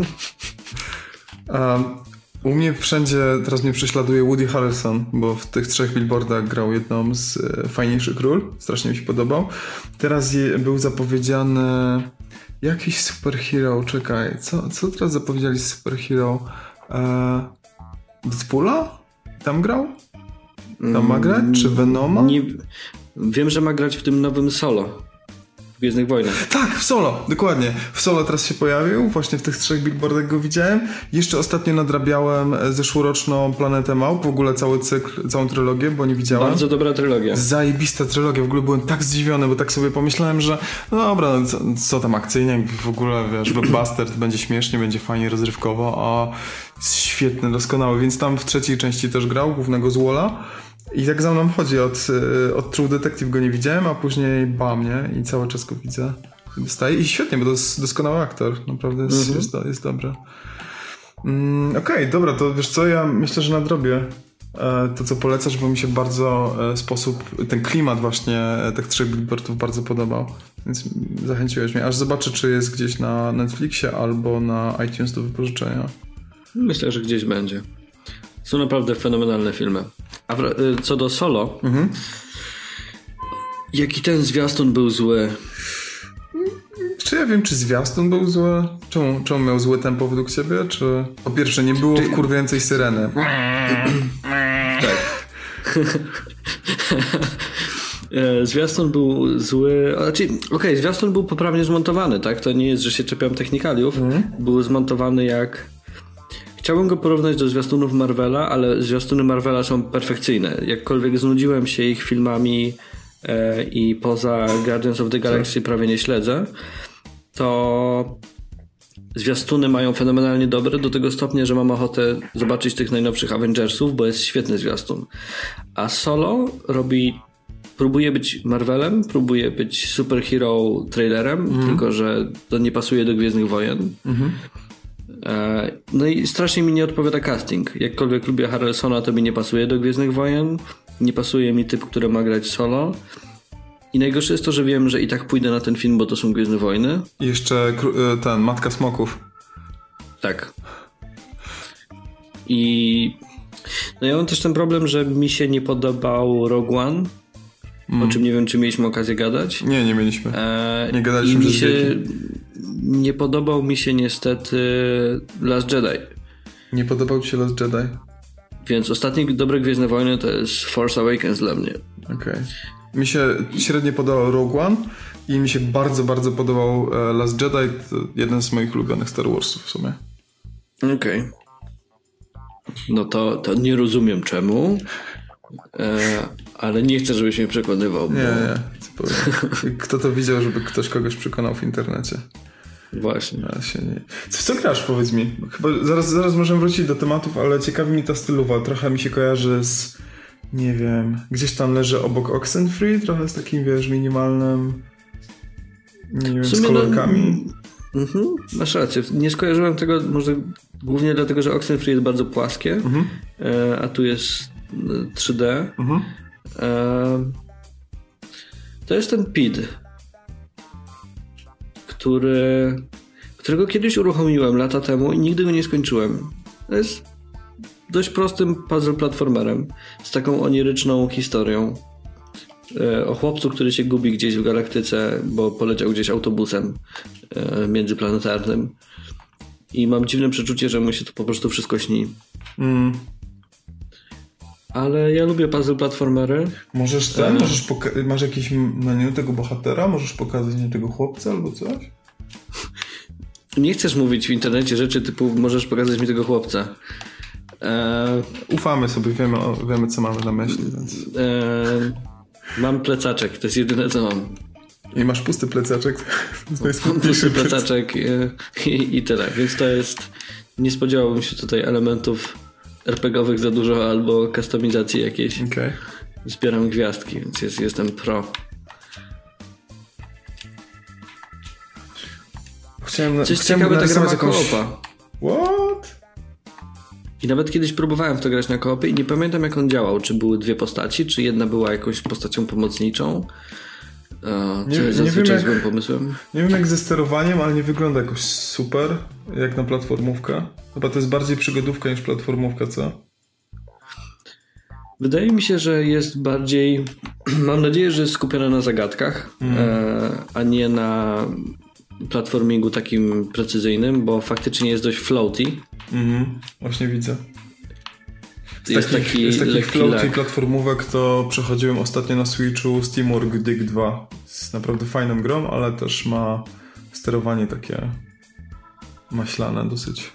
U mnie wszędzie teraz mnie prześladuje Woody Harrelson, bo w tych 3 billboardach grał jedną z fajniejszych ról. Strasznie mi się podobał. Teraz był zapowiedziany jakiś superhero. Czekaj, co teraz zapowiedzieli z superhero? Deadpoola? Tam grał? Tam ma grać? Czy Venoma? Nie, wiem, że ma grać w tym nowym Solo. W Gwiezdnych Wojnach. Tak, w Solo, dokładnie. W Solo teraz się pojawił, właśnie w tych 3 billboardach go widziałem. Jeszcze ostatnio nadrabiałem zeszłoroczną Planetę Małp, w ogóle cały cykl, całą trylogię, bo nie widziałem. Bardzo dobra trylogia. Zajebista trylogia, w ogóle byłem tak zdziwiony, bo tak sobie pomyślałem, że no dobra, co tam akcyjnie, w ogóle wiesz, blockbuster, będzie śmiesznie, będzie fajnie, rozrywkowo, a świetny, doskonały, więc tam w 3 części też grał, głównego złola. I tak za mną chodzi, od True Detective go nie widziałem, a później bam, nie? I cały czas go widzę. Dostaje. I świetnie, bo to jest doskonały aktor. Naprawdę jest dobry. Okej, dobra, to wiesz co, ja myślę, że nadrobię to, co polecasz, bo mi się bardzo ten klimat właśnie tych 3 billboardów bardzo podobał. Więc zachęciłeś mnie. Aż zobaczę, czy jest gdzieś na Netflixie albo na iTunes do wypożyczenia. Myślę, że gdzieś będzie. Są naprawdę fenomenalne filmy. A co do Solo, jaki ten zwiastun był zły? Czy ja wiem, czy zwiastun był zły? Czemu miał złe tempo według ciebie? Czy po pierwsze nie było wkurwiającej syreny? Tak. Zwiastun był zły. Okej, zwiastun był poprawnie zmontowany, tak? To nie jest, że się czepiam technikaliów. Był zmontowany jak... Chciałbym go porównać do zwiastunów Marvela, ale zwiastuny Marvela są perfekcyjne. Jakkolwiek znudziłem się ich filmami i poza Guardians of the Galaxy prawie nie śledzę, to zwiastuny mają fenomenalnie dobre do tego stopnia, że mam ochotę zobaczyć tych najnowszych Avengersów, bo jest świetny zwiastun. A Solo próbuje być Marvelem, próbuje być superhero trailerem, tylko że to nie pasuje do Gwiezdnych Wojen. No i strasznie mi nie odpowiada casting. Jakkolwiek lubię Harrelsona, to mi nie pasuje do Gwiezdnych Wojen. Nie pasuje mi typ, który ma grać Solo. I najgorsze jest to, że wiem, że i tak pójdę na ten film, bo to są Gwiezdne Wojny. I jeszcze Matka Smoków. Tak. I no ja mam też ten problem, że mi się nie podobał Rogue One, o czym nie wiem, czy mieliśmy okazję gadać. Nie mieliśmy. Nie gadaliśmy przez wieki. Nie podobał mi się niestety Last Jedi. Nie podobał ci się Last Jedi? Więc ostatnie dobre Gwiezdne Wojny to jest Force Awakens dla mnie. Okej. Mi się średnio podobał Rogue One i mi się bardzo, bardzo podobał Last Jedi. To jeden z moich ulubionych Star Warsów w sumie. Okej. No to nie rozumiem czemu, ale nie chcę, żebyś mnie przekonywał. Nie. Kto to widział, żeby ktoś kogoś przekonał w internecie? Właśnie. W co grasz, powiedz mi? Chyba zaraz możemy wrócić do tematów, ale ciekawi mi ta stylowa. Trochę mi się kojarzy z, nie wiem, gdzieś tam leży obok Oxenfree, trochę z takim, wiesz, minimalnym, nie wiem, z kolorkami. Masz rację. Nie skojarzyłem tego może głównie dlatego, że Oxenfree jest bardzo płaskie, a tu jest 3D. To jest ten PID, którego kiedyś uruchomiłem lata temu i nigdy go nie skończyłem. To jest dość prostym puzzle platformerem z taką oniryczną historią o chłopcu, który się gubi gdzieś w galaktyce, bo poleciał gdzieś autobusem międzyplanetarnym i mam dziwne przeczucie, że mu się to po prostu wszystko śni. Ale ja lubię puzzle platformery. Masz jakieś menu tego bohatera? Możesz pokazać nie tego chłopca albo coś? Nie chcesz mówić w internecie rzeczy typu możesz pokazać mi tego chłopca. Ufamy sobie, wiemy co mamy na myśli. Więc... Mam plecaczek, to jest jedyne co mam. I masz pusty plecaczek? Mam pusty plecaczek i tyle. Więc to jest... Nie spodziewałbym się tutaj elementów RPG-owych za dużo albo kustomizacji jakiejś. Okay. Zbieram gwiazdki, więc jestem pro. Coś ciekawe, ta gra ma koopa. What? I nawet kiedyś próbowałem w to grać na koopie i nie pamiętam jak on działał. Czy były dwie postaci, czy jedna była jakąś postacią pomocniczą. Co jest zazwyczaj złym pomysłem. Nie wiem jak ze sterowaniem, ale nie wygląda jakoś super, jak na platformówkę. Chyba to jest bardziej przygodówka niż platformówka, co? Wydaje mi się, że jest bardziej... Mam nadzieję, że jest skupiona na zagadkach, a nie na platformingu takim precyzyjnym, bo faktycznie jest dość floaty. Właśnie widzę. Z takich floaty platformówek to przechodziłem ostatnio na Switchu SteamWorld Dig 2. Jest naprawdę fajną grą, ale też ma sterowanie takie maślane dosyć.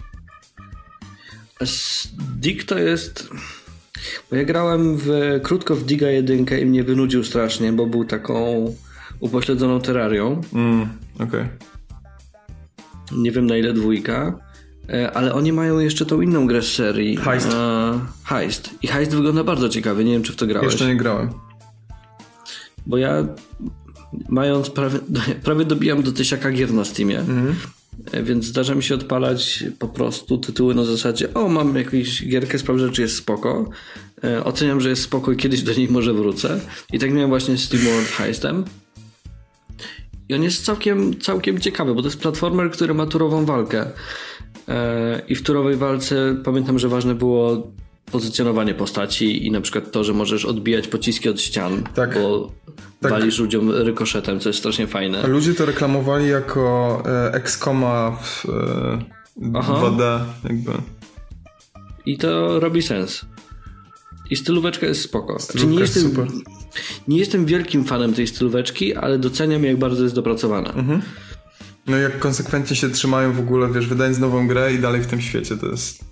Dig to jest... Bo ja grałem krótko w Diga 1 i mnie wynudził strasznie, bo był taką upośledzoną terrarią. Okej. Nie wiem na ile dwójka. Ale oni mają jeszcze tą inną grę z serii. Heist. I Heist wygląda bardzo ciekawie. Nie wiem, czy w to grałeś. Jeszcze nie grałem. Bo ja mając prawie dobijam do 1000 gier na Steamie. Więc zdarza mi się odpalać po prostu tytuły na zasadzie mam jakąś gierkę, sprawdzę, czy jest spoko. Oceniam, że jest spoko i kiedyś do niej może wrócę. I tak miałem właśnie z SteamWorld Heistem. I on jest całkiem ciekawy, bo to jest platformer, który ma turową walkę. I w turowej walce pamiętam, że ważne było pozycjonowanie postaci i na przykład to, że możesz odbijać pociski od ścian, bo walisz ludziom rykoszetem, co jest strasznie fajne. A ludzie to reklamowali jako XCOMa w 2D jakby. I to robi sens. I stylóweczka jest spoko. Nie jestem wielkim fanem tej stylóweczki, ale doceniam jak bardzo jest dopracowana. No jak konsekwentnie się trzymają w ogóle, wiesz, wydając nową grę i dalej w tym świecie, to jest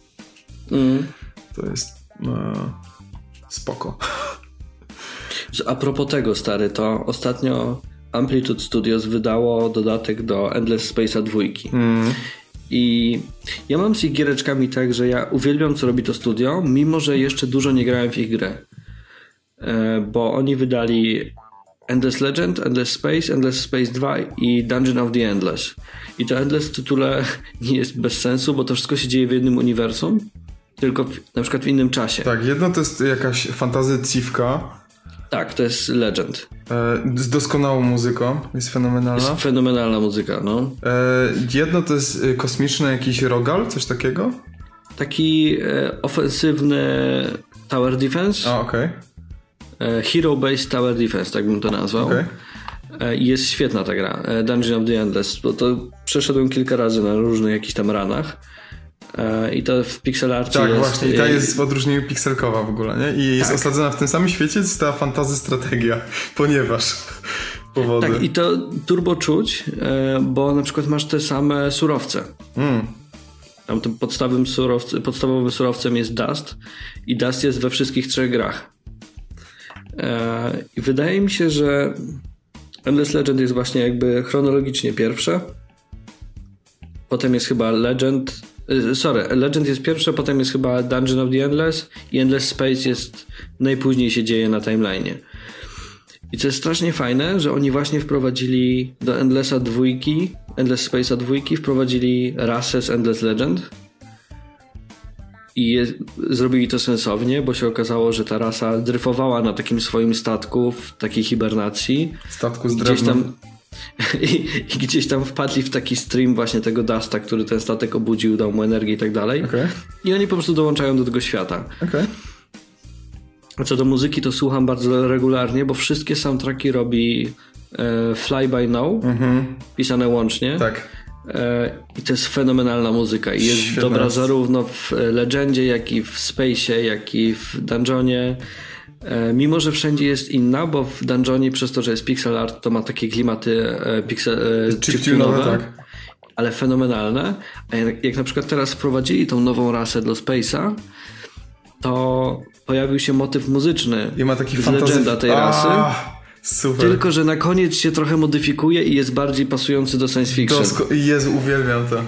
spoko. A propos tego, stary, to ostatnio Amplitude Studios wydało dodatek do Endless Space'a 2. I ja mam z ich giereczkami tak, że ja uwielbiam, co robi to studio, mimo że jeszcze dużo nie grałem w ich grę. Bo oni wydali Endless Legend, Endless Space 2 i Dungeon of the Endless. I to Endless w tytule nie jest bez sensu, bo to wszystko się dzieje w jednym uniwersum, tylko na przykład w innym czasie. Tak, jedno to jest jakaś fantasy cifka. Tak, to jest Legend. Z doskonałą muzyką, jest fenomenalna. Jest fenomenalna muzyka, no. Jedno to jest kosmiczny jakiś rogal, coś takiego? Taki ofensywny tower defense. A, okej. Hero-based tower defense, tak bym to nazwał. Okay. I jest świetna ta gra. Dungeon of the Endless, bo to przeszedłem kilka razy na różnych jakichś tam ranach. I to w pixel arcie tak, jest... Tak, właśnie. I ta jest w odróżnieniu pixelkowa w ogóle, nie? I jest osadzona w tym samym świecie, jest ta fantasy strategia, ponieważ... powody. Tak, i to turbo czuć, bo na przykład masz te same surowce. Tam tym podstawowym surowcem jest Dust i Dust jest we wszystkich 3 grach. I wydaje mi się, że Endless Legend jest właśnie jakby chronologicznie pierwsze. Potem jest chyba Legend jest pierwsze, potem jest chyba Dungeon of the Endless i Endless Space jest najpóźniej się dzieje na timeline'ie. I co jest strasznie fajne, że oni właśnie wprowadzili do Endless Space'a 2 wprowadzili rasę z Endless Legend i zrobili to sensownie, bo się okazało, że ta rasa dryfowała na takim swoim statku w takiej hibernacji. Statku z drewnem. I gdzieś tam wpadli w taki stream właśnie tego Dusta, który ten statek obudził, dał mu energię i tak dalej. Okay. I oni po prostu dołączają do tego świata. Okay. A co do muzyki, to słucham bardzo regularnie, bo wszystkie soundtracki robi Fly By Now, pisane łącznie. Tak. I to jest fenomenalna muzyka. I jest świetna dobra zarówno w Legendzie, jak i w Space'ie, jak i w Dungeonie. Mimo że wszędzie jest inna, bo w Dungeonie przez to, że jest pixel art, to ma takie klimaty chiptune'owe, tak. Ale fenomenalne. A jak na przykład teraz wprowadzili tą nową rasę do Space'a, to pojawił się motyw muzyczny i ma taki z Legenda tej rasy. Super. Tylko że na koniec się trochę modyfikuje i jest bardziej pasujący do science fiction. Jezu, uwielbiam to.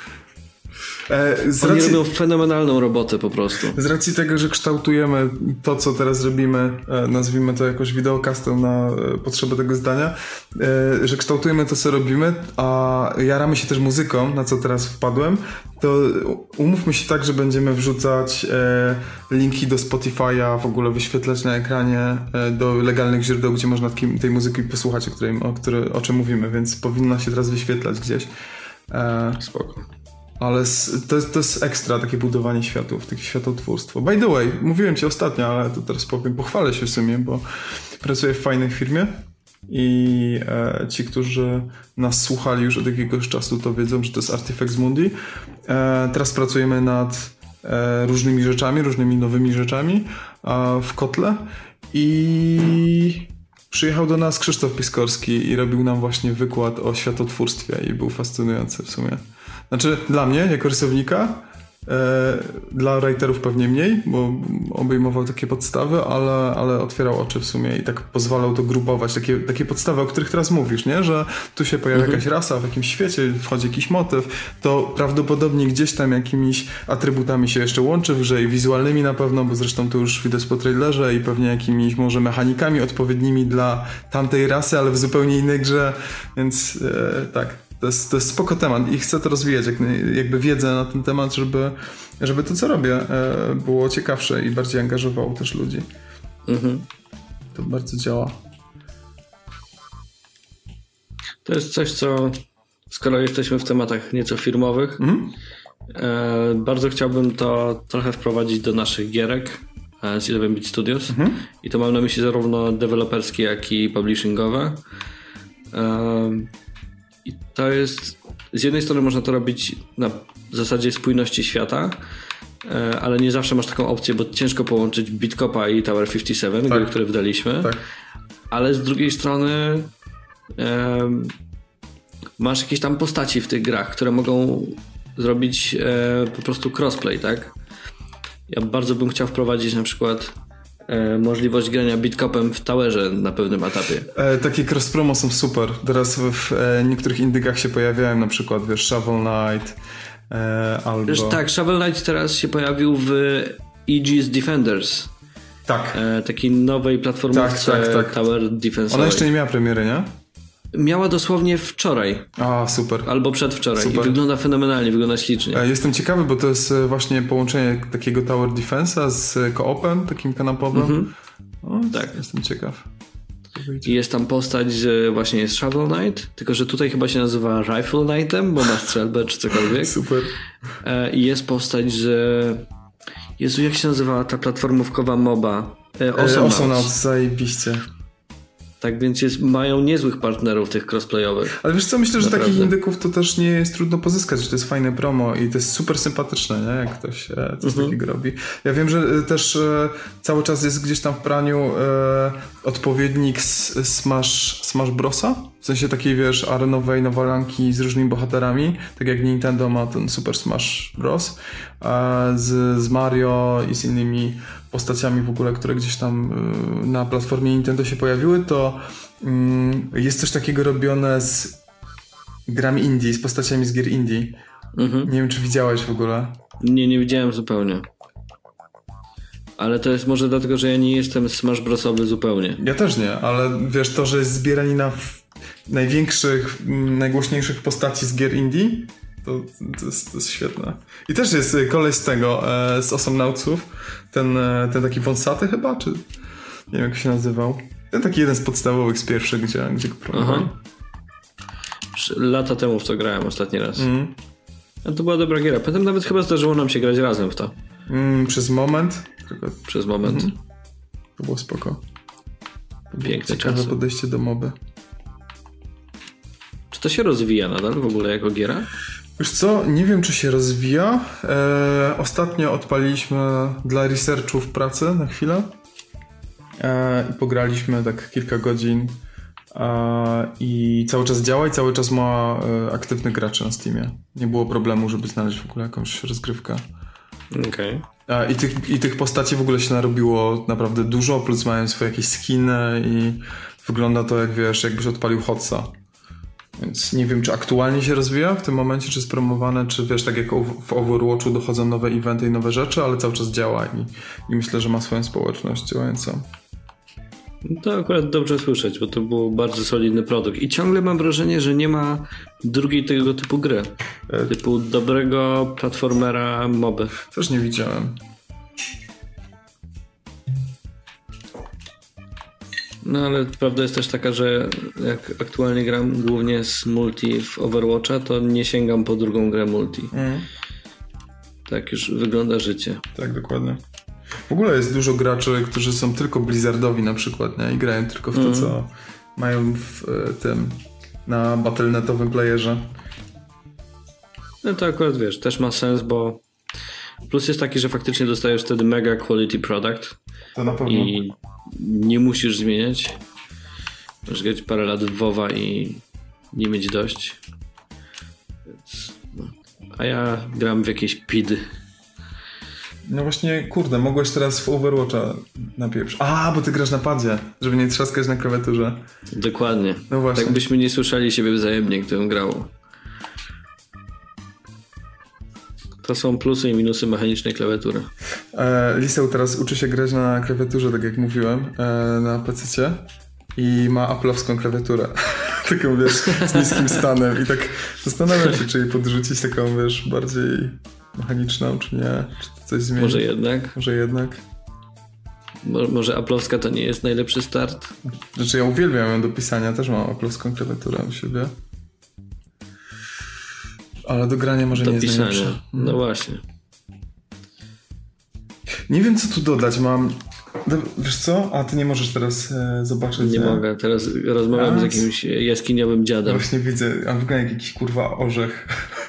Oni robią fenomenalną robotę po prostu. Z racji tego, że kształtujemy to, co teraz robimy, nazwijmy to jakoś wideokastem na potrzeby tego zdania, że kształtujemy to, co robimy, a jaramy się też muzyką, na co teraz wpadłem, to umówmy się tak, że będziemy wrzucać linki do Spotify'a, w ogóle wyświetlać na ekranie do legalnych źródeł, gdzie można tej muzyki posłuchać, o czym mówimy, więc powinna się teraz wyświetlać gdzieś. Spoko. Ale to jest ekstra takie budowanie światów, takie światotwórstwo. By the way, mówiłem ci ostatnio, ale to teraz powiem, pochwalę się w sumie, bo pracuję w fajnej firmie i ci, którzy nas słuchali już od jakiegoś czasu, to wiedzą, że to jest Artifex Mundi. Teraz pracujemy nad różnymi rzeczami, różnymi nowymi rzeczami w kotle i przyjechał do nas Krzysztof Piskorski i robił nam właśnie wykład o światotwórstwie i był fascynujący w sumie. Znaczy dla mnie, jako rysownika, dla writerów pewnie mniej, bo obejmował takie podstawy, ale otwierał oczy w sumie i tak pozwalał to grupować, takie podstawy, o których teraz mówisz, nie? Że tu się pojawia jakaś rasa, w jakimś świecie wchodzi jakiś motyw, to prawdopodobnie gdzieś tam jakimiś atrybutami się jeszcze łączy w grze i wizualnymi na pewno, bo zresztą to już widać po trailerze i pewnie jakimiś może mechanikami odpowiednimi dla tamtej rasy, ale w zupełnie innej grze, więc tak. To jest spoko temat i chcę to rozwijać, jakby wiedzę na ten temat, żeby to, co robię, było ciekawsze i bardziej angażowało też ludzi. To bardzo działa. To jest coś, co skoro jesteśmy w tematach nieco firmowych, bardzo chciałbym to trochę wprowadzić do naszych gierek z 11-bit Studios. I to mam na myśli zarówno deweloperskie, jak i publishingowe. I to jest, z jednej strony można to robić na zasadzie spójności świata, ale nie zawsze masz taką opcję, bo ciężko połączyć Bitcopa i Tower 57, gry, które wydaliśmy. Tak. Ale z drugiej strony masz jakieś tam postaci w tych grach, które mogą zrobić po prostu crossplay, tak? Ja bardzo bym chciał wprowadzić na przykład możliwość grania Bitcopem w Towerze na pewnym etapie. Takie cross-promo są super. Teraz w niektórych indykach się pojawiają, na przykład wiesz, Shovel Knight, albo... Tak, Shovel Knight teraz się pojawił w Aegis Defenders. Tak. Takiej nowej platformówce tak. Tower Defense. Ona jeszcze nie miała premiery, nie? Miała dosłownie wczoraj. Super. Albo przedwczoraj. Super. I wygląda fenomenalnie, wygląda ślicznie. Jestem ciekawy, bo to jest właśnie połączenie takiego Tower Defense'a z co-opem, takim kanapowym. Tak. Jestem ciekaw. I jest tam postać, że właśnie jest Shovel Knight, tylko że tutaj chyba się nazywa Rifle Knightem, bo ma strzelbę czy cokolwiek. Super. I jest postać, że... Jezu, jak się nazywała ta platformówkowa moba? Osonauts, zajebiście. Tak więc mają niezłych partnerów tych crossplayowych. Ale wiesz co, myślę, że naprawdę. takich indyków to też nie jest trudno pozyskać, że to jest fajne promo i to jest super sympatyczne, nie? Jak ktoś coś takiego robi. Ja wiem, że też cały czas jest gdzieś tam w praniu odpowiednik Smash Brosa. W sensie takiej, wiesz, arenowej nawalanki z różnymi bohaterami. Tak jak Nintendo ma ten Super Smash Bros. Z Mario i z innymi postaciami w ogóle, które gdzieś tam na platformie Nintendo się pojawiły, to jest coś takiego robione z grami indie, z postaciami z gier indie. Nie wiem, czy widziałeś w ogóle. Nie widziałem zupełnie. Ale to jest może dlatego, że ja nie jestem Smash Brosowy zupełnie. Ja też nie, ale wiesz, to, że jest zbieranina największych, najgłośniejszych postaci z gier indie, to jest świetne. I też jest koleś z tego, z Osonautsów, ten taki wąsaty chyba, czy nie wiem jak się nazywał. Ten taki jeden z podstawowych, z pierwszych, gdzie go promowali. Lata temu w to grałem ostatni raz. A to była dobra giera. Potem nawet chyba zdarzyło nam się grać razem w to. Przez moment. Przez moment. To było spoko. Piękne ciekawe czasy. podejście do moby. Czy to się rozwija nadal w ogóle jako giera? Wiesz co, nie wiem czy się rozwija. Ostatnio odpaliliśmy dla researchu w pracy na chwilę i pograliśmy tak kilka godzin i cały czas działa i cały czas ma aktywnych graczy na Steamie. Nie było problemu, żeby znaleźć w ogóle jakąś rozgrywkę. Okej. I tych postaci w ogóle się narobiło naprawdę dużo, plus mają swoje jakieś skiny i wygląda to jak wiesz, jakbyś odpalił Hotsa. Więc nie wiem, czy aktualnie się rozwija w tym momencie, czy jest promowane, czy wiesz, tak jak w Overwatchu dochodzą nowe eventy i nowe rzeczy, ale cały czas działa i myślę, że ma swoją społeczność działającą. To akurat dobrze słyszeć, bo to był bardzo solidny produkt. I ciągle mam wrażenie, że nie ma drugiej tego typu gry. Typu dobrego platformera moby. Też nie widziałem. No ale prawda jest też taka, że jak aktualnie gram głównie z multi w Overwatcha, to nie sięgam po drugą grę multi. Tak już wygląda życie. Tak, dokładnie. W ogóle jest dużo graczy, którzy są tylko Blizzardowi na przykład, nie? I grają tylko w to, co mają w tym na battlenetowym playerze. No to akurat wiesz, też ma sens, bo plus jest taki, że faktycznie dostajesz wtedy mega quality product. To na pewno. I nie musisz zmieniać. Możesz grać parę lat w WoWa i nie mieć dość. Więc, no. A ja gram w jakieś PID. No właśnie, kurde, mogłeś teraz w Overwatcha napieprz. Bo ty grasz na padzie, żeby nie trzaskać na klawiaturze. Dokładnie. No właśnie. Tak byśmy nie słyszeli siebie wzajemnie, gdybym grał. To są plusy i minusy mechanicznej klawiatury. Liseł teraz uczy się grać na klawiaturze, tak jak mówiłem, na PC-cie i ma aplowską klawiaturę. Taką, wiesz, z niskim stanem i tak zastanawiam się, czy jej podrzucić taką, wiesz, bardziej mechaniczną, czy nie, czy to coś zmieni. Może jednak. Może jednak. Może aplowska to nie jest najlepszy start? Znaczy ja uwielbiam ją do pisania, też mam aplowską klawiaturę u siebie. Ale do grania może do nie jest pisania. najlepsze. No właśnie. Nie wiem, co tu dodać. Mam... Wiesz co? A ty nie możesz teraz zobaczyć. Nie mogę. Teraz rozmawiam z jakimś jaskiniowym dziadem. Właśnie widzę. A wygląda jak jakiś kurwa orzech.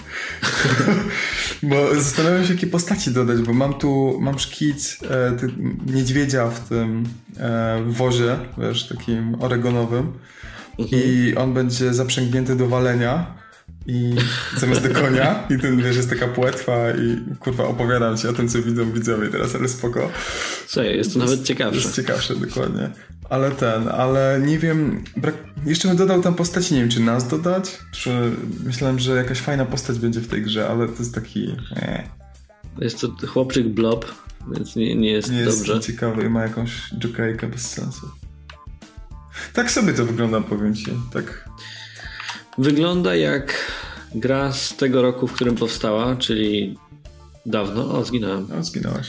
Bo zastanawiam się, jakie postaci dodać, bo mam szkic niedźwiedzia w tym wozie, wiesz, takim oregonowym. I on będzie zaprzęgnięty do walenia. i zamiast do konia i ten, wiesz, jest taka płetwa i kurwa opowiadam ci o tym, co widzą widzowie teraz, ale spoko. Co, jest to nawet ciekawsze. Jest ciekawsze, dokładnie. Ale nie wiem, jeszcze bym dodał tam postaci, nie wiem, czy nas dodać, czy myślałem, że jakaś fajna postać będzie w tej grze, ale to jest taki... Jest to chłopczyk blob, więc nie jest dobrze. Jest ciekawy i ma jakąś jokejkę bez sensu. Tak sobie to wygląda, powiem ci. Tak. Wygląda jak gra z tego roku, w którym powstała, czyli dawno. O, zginąłem. No, zginąłeś.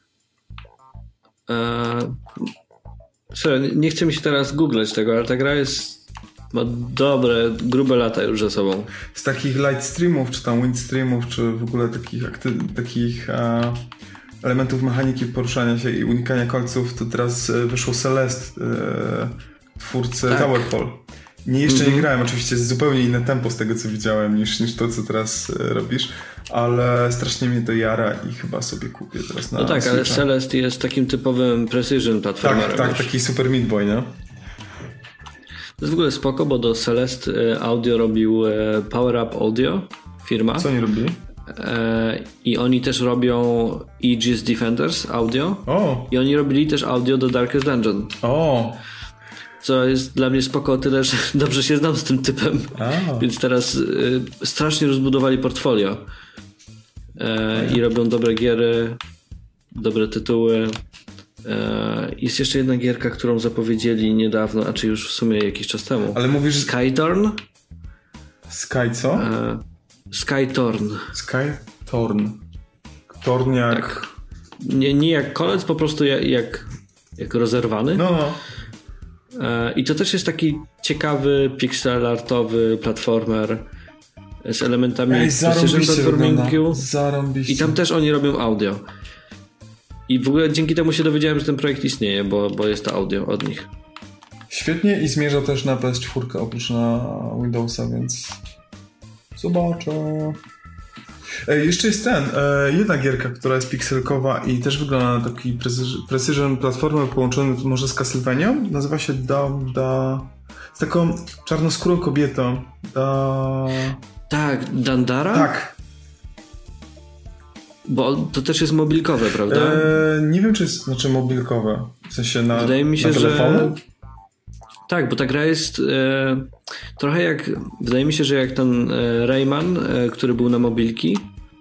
Nie chcę mi się teraz googlać tego, ale ta gra ma dobre, grube lata już za sobą. Z takich light streamów, czy tam wind streamów, czy w ogóle takich elementów mechaniki poruszania się i unikania kolców, to teraz wyszło Celeste, twórcy Towerfall. Jeszcze nie grałem, oczywiście jest zupełnie inne tempo z tego, co widziałem, niż to, co teraz robisz, ale strasznie mnie to jara i chyba sobie kupię teraz na No tak, Switcha. ale Celeste jest takim typowym precision platformerem. Tak, taki Super Meat Boy, nie? To jest w ogóle spoko, bo do Celeste Audio robił Power Up Audio, firma. Co oni robili? I oni też robią Aegis Defenders Audio. O. I oni robili też audio do Darkest Dungeon. O. Co jest dla mnie spoko o tyle, że dobrze się znam z tym typem. Więc teraz strasznie rozbudowali portfolio. I robią dobre giery, dobre tytuły. Jest jeszcze jedna gierka, którą zapowiedzieli niedawno, a czy już w sumie jakiś czas temu. Ale mówisz... Skytorn? Sky co? Skytorn. Skytorn. Torn jak... Tak. Nie jak kolec, po prostu jak rozerwany. No. I to też jest taki ciekawy, pixelartowy platformer z elementami precision platformingu. I tam też oni robią audio. I w ogóle dzięki temu się dowiedziałem, że ten projekt istnieje, bo jest to audio od nich. Świetnie i zmierza też na PS4 oprócz na Windowsa, więc zobaczę. Jeszcze jest jedna gierka, która jest pikselkowa i też wygląda na taki precision platformer połączony może z Castlevanią. Nazywa się z taką czarnoskórą kobietą. Tak, Dandara? Tak. Bo to też jest mobilkowe, prawda? Nie wiem, czy jest mobilkowe. W sensie na Wydaje mi się, telefonu? że... Tak, bo ta gra jest trochę jak... Wydaje mi się, że jak ten Rayman, który był na mobilki,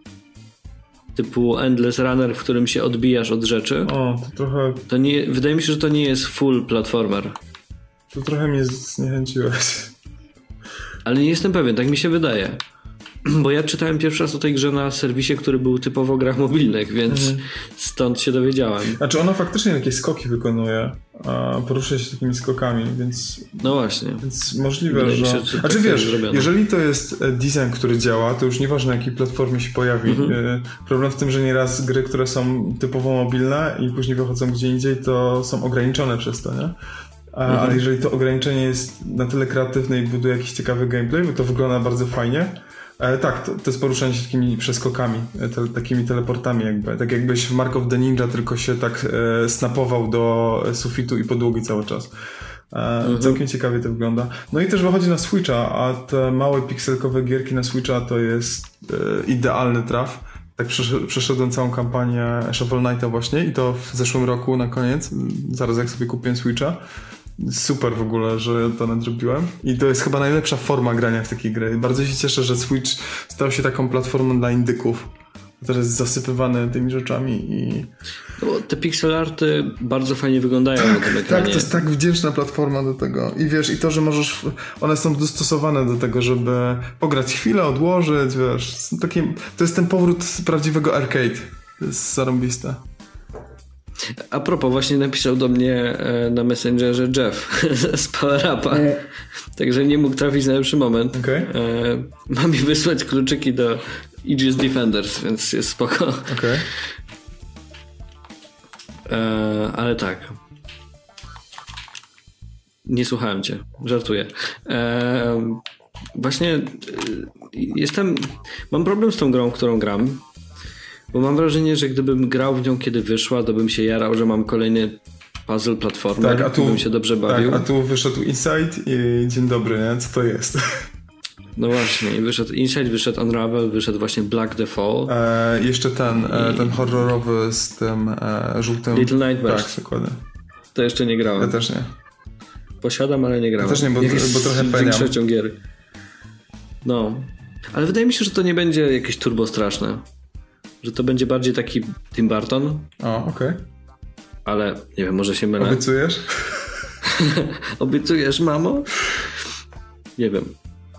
typu Endless Runner, w którym się odbijasz od rzeczy. O, to trochę... Wydaje mi się, że to nie jest full platformer. To trochę mnie zniechęciłeś. Ale nie jestem pewien, tak mi się wydaje. Bo ja czytałem pierwszy raz o tej grze na serwisie, który był typowo grach mobilnych, więc stąd się dowiedziałem. Znaczy ona faktycznie jakieś skoki wykonuje, porusza się takimi skokami, więc... No właśnie. Więc możliwe, że... Znaczy wiesz, jeżeli to jest design, który działa, to już nieważne, na jakiej platformie się pojawi. Problem w tym, że nieraz gry, które są typowo mobilne i później wychodzą gdzie indziej, to są ograniczone przez to, nie? Ale jeżeli to ograniczenie jest na tyle kreatywne i buduje jakiś ciekawy gameplay, to wygląda bardzo fajnie. Tak, to jest poruszanie się takimi przeskokami, takimi teleportami jakby. Tak jakbyś w Mark of the Ninja tylko się tak snapował do sufitu i podłogi cały czas. Całkiem ciekawie to wygląda. No i też wychodzi na Switcha, a te małe pikselkowe gierki na Switcha to jest idealny traf. Tak przeszedłem całą kampanię Shovel Knighta właśnie i to w zeszłym roku na koniec, zaraz jak sobie kupiłem Switcha. Super w ogóle, że to nadrobiłem. I to jest chyba najlepsza forma grania w takie gry. Bardzo się cieszę, że Switch stał się taką platformą dla indyków. Teraz jest zasypywany tymi rzeczami i... No, te pixel arty bardzo fajnie wyglądają na tym ekranie. Tak, to jest tak wdzięczna platforma do tego. I wiesz, i to, że możesz... One są dostosowane do tego, żeby pograć chwilę, odłożyć, wiesz. To jest ten powrót prawdziwego arcade. To jest zarąbiste. A propos, właśnie napisał do mnie na Messengerze Jeff z Power Upa. Także nie mógł trafić na lepszy moment. Okay. Ma mi wysłać kluczyki do Aegis Defenders, więc jest spoko. Okay. Ale tak. Nie słuchałem cię. Żartuję. Właśnie mam problem z tą grą, którą gram. Bo mam wrażenie, że gdybym grał w nią kiedy wyszła, to bym się jarał, że mam kolejny puzzle platformer, tak, bym się dobrze bawił. Tak, a tu wyszedł Inside i dzień dobry, nie? Co to jest? No właśnie, i wyszedł Inside, wyszedł Unravel, wyszedł właśnie Black the Fall. Jeszcze ten horrorowy z tym żółtym... Little Nightmares. Tak, dokładnie. To jeszcze nie grałem. Ja też nie. Posiadam, ale nie grałem. Ja też nie, bo trochę peniam. Większością gier. No. Ale wydaje mi się, że to nie będzie jakieś turbo straszne. Że to będzie bardziej taki Tim Burton. O, okej. Ale nie wiem, może się mylę. Obiecujesz? Obiecujesz, mamo? Nie wiem.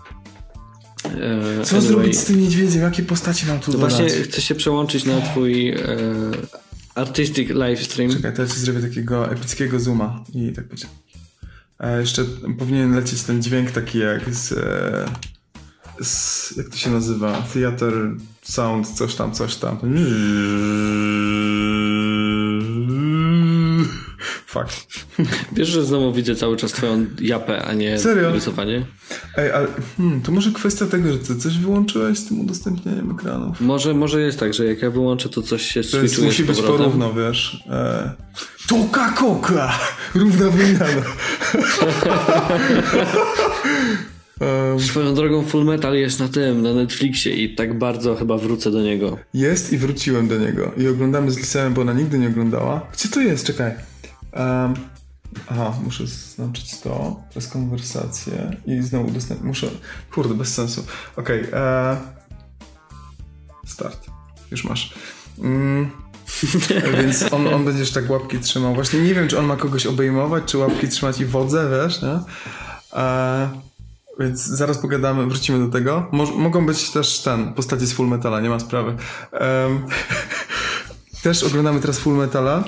Co zrobić z tym niedźwiedziem? Jakie postaci mam tu dodać? Właśnie chcę się przełączyć na twój artistic livestream. Czekaj, to ja ci zrobię takiego epickiego zooma i tak będzie. Jeszcze powinien lecieć ten dźwięk taki jak jak to się nazywa? Theater sound, coś tam. Fuck. Wiesz, że znowu widzę cały czas twoją japę, a nie Serio? rysowanie? Ej, ale to może kwestia tego, że ty coś wyłączyłeś z tym udostępnieniem ekranów? Może jest tak, że jak ja wyłączę, to coś się switchuje z powrotem. Musi być porówno, wiesz. Coca-Cola! Równa wymiana. Swoją drogą Full Metal jest na Netflixie i tak bardzo chyba wrócę do niego. Jest i wróciłem do niego. I oglądamy z Lisem, bo ona nigdy nie oglądała. Gdzie to jest? Czekaj. Muszę znaczyć to przez konwersację i znowu muszę... Kurde, bez sensu. Okej. Start. Już masz. Więc on będziesz tak łapki trzymał. Właśnie nie wiem, czy on ma kogoś obejmować, czy łapki trzymać i wodze, wiesz, nie? Więc zaraz pogadamy, wrócimy do tego. Mogą być też postaci z Full Metala, nie ma sprawy. Też oglądamy teraz Full Metala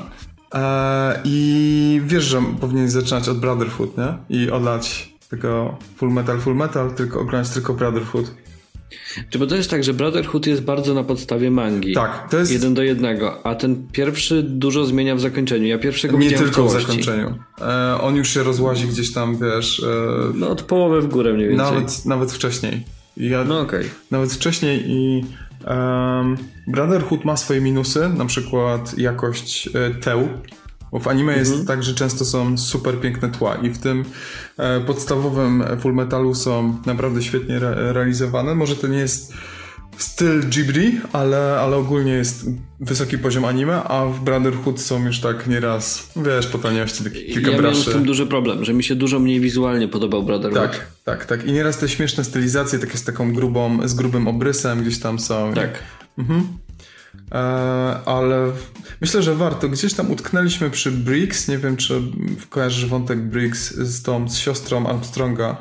i wiesz, że powinieneś zaczynać od Brotherhood, nie? I odlać tego Full Metal, tylko oglądać tylko Brotherhood. Bo to jest tak, że Brotherhood jest bardzo na podstawie mangi. Tak, to jest... 1:1, a ten pierwszy dużo zmienia w zakończeniu. Ja pierwszego nie widziałem tylko w zakończeniu. On już się rozłazi gdzieś tam, wiesz... No od połowy w górę mniej więcej. Nawet wcześniej. No okej. Nawet wcześniej i Brotherhood ma swoje minusy, na przykład jakość teł. Bo w anime jest tak, że często są super piękne tła i w tym podstawowym Full Metalu są naprawdę świetnie realizowane. Może to nie jest styl Ghibli, ale ogólnie jest wysoki poziom anime, a w Brotherhood są już tak nieraz, wiesz, po taniości takie kilka braszy. Ja miałem z tym duży problem, że mi się dużo mniej wizualnie podobał Brotherhood. Tak. I nieraz te śmieszne stylizacje, takie z taką z grubym obrysem gdzieś tam są. Tak. Ale myślę, że warto. Gdzieś tam utknęliśmy przy Briggs. Nie wiem, czy kojarzysz wątek Briggs z siostrą Armstronga.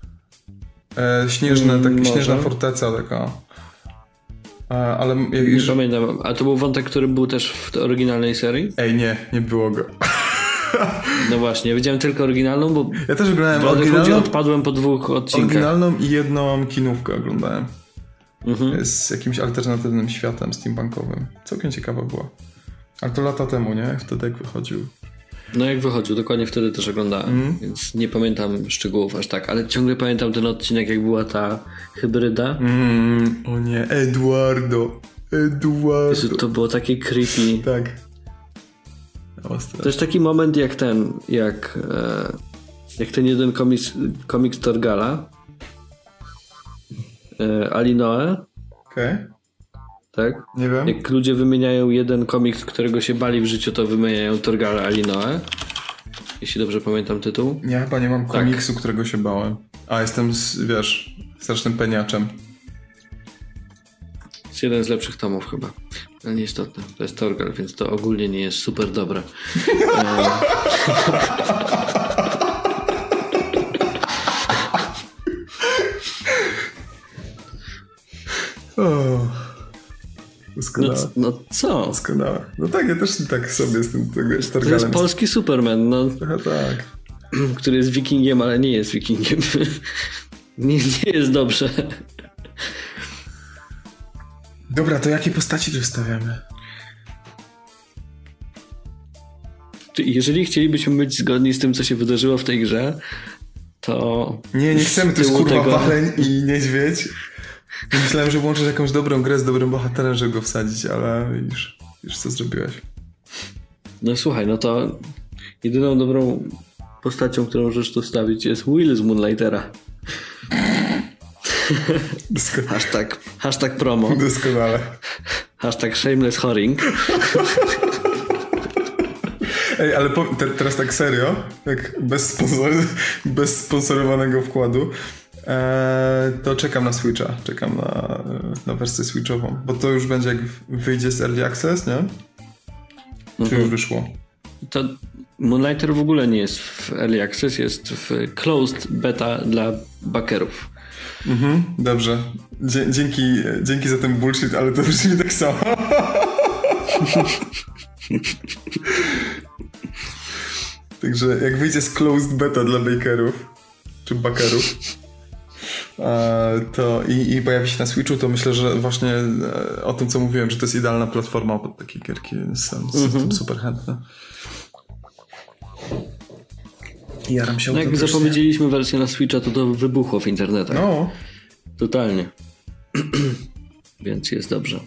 Śnieżna forteca taka. Ale nie pamiętam. A to był wątek, który był też w oryginalnej serii? Ej, nie było go. No właśnie, widziałem tylko oryginalną, bo ja też oglądałem oryginalną. Odpadłem po 2 odcinkach. Oryginalną i jedną kinówkę oglądałem. Z jakimś alternatywnym światem steampunkowym. Całkiem ciekawa była. Ale to lata temu, nie? Wtedy jak wychodził. No jak wychodził, dokładnie wtedy też oglądałem. Więc nie pamiętam szczegółów aż tak, ale ciągle pamiętam ten odcinek, jak była ta hybryda. O nie, Eduardo. To było takie creepy. Tak. To jest taki moment jak ten jeden komiks Torgala. Alinoe. Okej. Tak? Nie wiem. Jak ludzie wymieniają jeden komiks, którego się bali w życiu, to wymieniają Torgala Alinoe. Jeśli dobrze pamiętam tytuł. Ja chyba nie mam komiksu, którego się bałem. A jestem, strasznym peniaczem. Jest jeden z lepszych tomów chyba. Ale nieistotne. To jest Torgal, więc to ogólnie nie jest super dobre. Doskonałe. No co? Doskonałe. No tak, ja też tak sobie z tym Torgalem. To jest polski Superman, no. Trochę tak. Który jest wikingiem, ale nie jest wikingiem. nie jest dobrze. Dobra, to jakie postaci tu wstawiamy? Jeżeli chcielibyśmy być zgodni z tym, co się wydarzyło w tej grze, to... Nie chcemy, to jest kurwa waleń i niedźwiedź. Myślałem, że włączysz jakąś dobrą grę z dobrym bohaterem, żeby go wsadzić, ale widzisz co zrobiłeś. No słuchaj, no to jedyną dobrą postacią, którą możesz tu wstawić, jest Will z Moonlightera. Hashtag promo. Doskonale. Hashtag shameless whoring. Ej, ale teraz tak serio, tak bez sponsorowanego wkładu, to czekam na Switcha, czekam na wersję Switchową, bo to już będzie jak wyjdzie z Early Access, nie? Czy już wyszło? To Moonlighter w ogóle nie jest w Early Access, jest w Closed Beta dla backerów. Dobrze. Dzięki za ten bullshit, ale to brzmi tak samo. Także jak wyjdzie z Closed Beta dla bakerów, czy backerów, to i pojawi się na Switchu, to myślę, że właśnie o tym, co mówiłem, że to jest idealna platforma pod takie gierki. Jestem super chętny. Jaram się. No jak zapowiedzieliśmy wersję na Switcha, to wybuchło w internetach. No. Totalnie. Więc jest dobrze.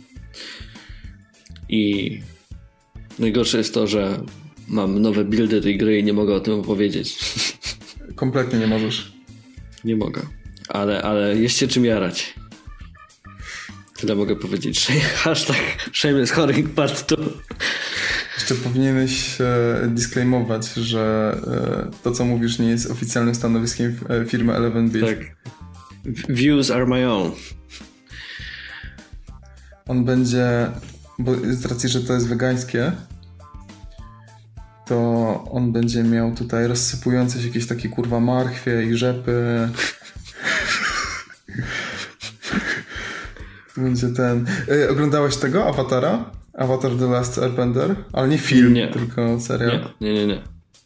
I najgorsze jest to, że mam nowe buildy tej gry i nie mogę o tym opowiedzieć. Kompletnie nie możesz. Nie mogę. Ale jest się czym jarać. Tyle mogę powiedzieć. Hashtag shameless whoring part 2. Jeszcze powinieneś disclaimować, że to, co mówisz, nie jest oficjalnym stanowiskiem firmy 11-bit. Tak. Views are my own. On będzie, bo z racji, że to jest wegańskie, to on będzie miał tutaj rozsypujące się jakieś takie kurwa marchwie i rzepy. Będzie ten... Oglądałeś tego Awatara? Avatar The Last Airbender? Ale nie film, tylko serial. Nie.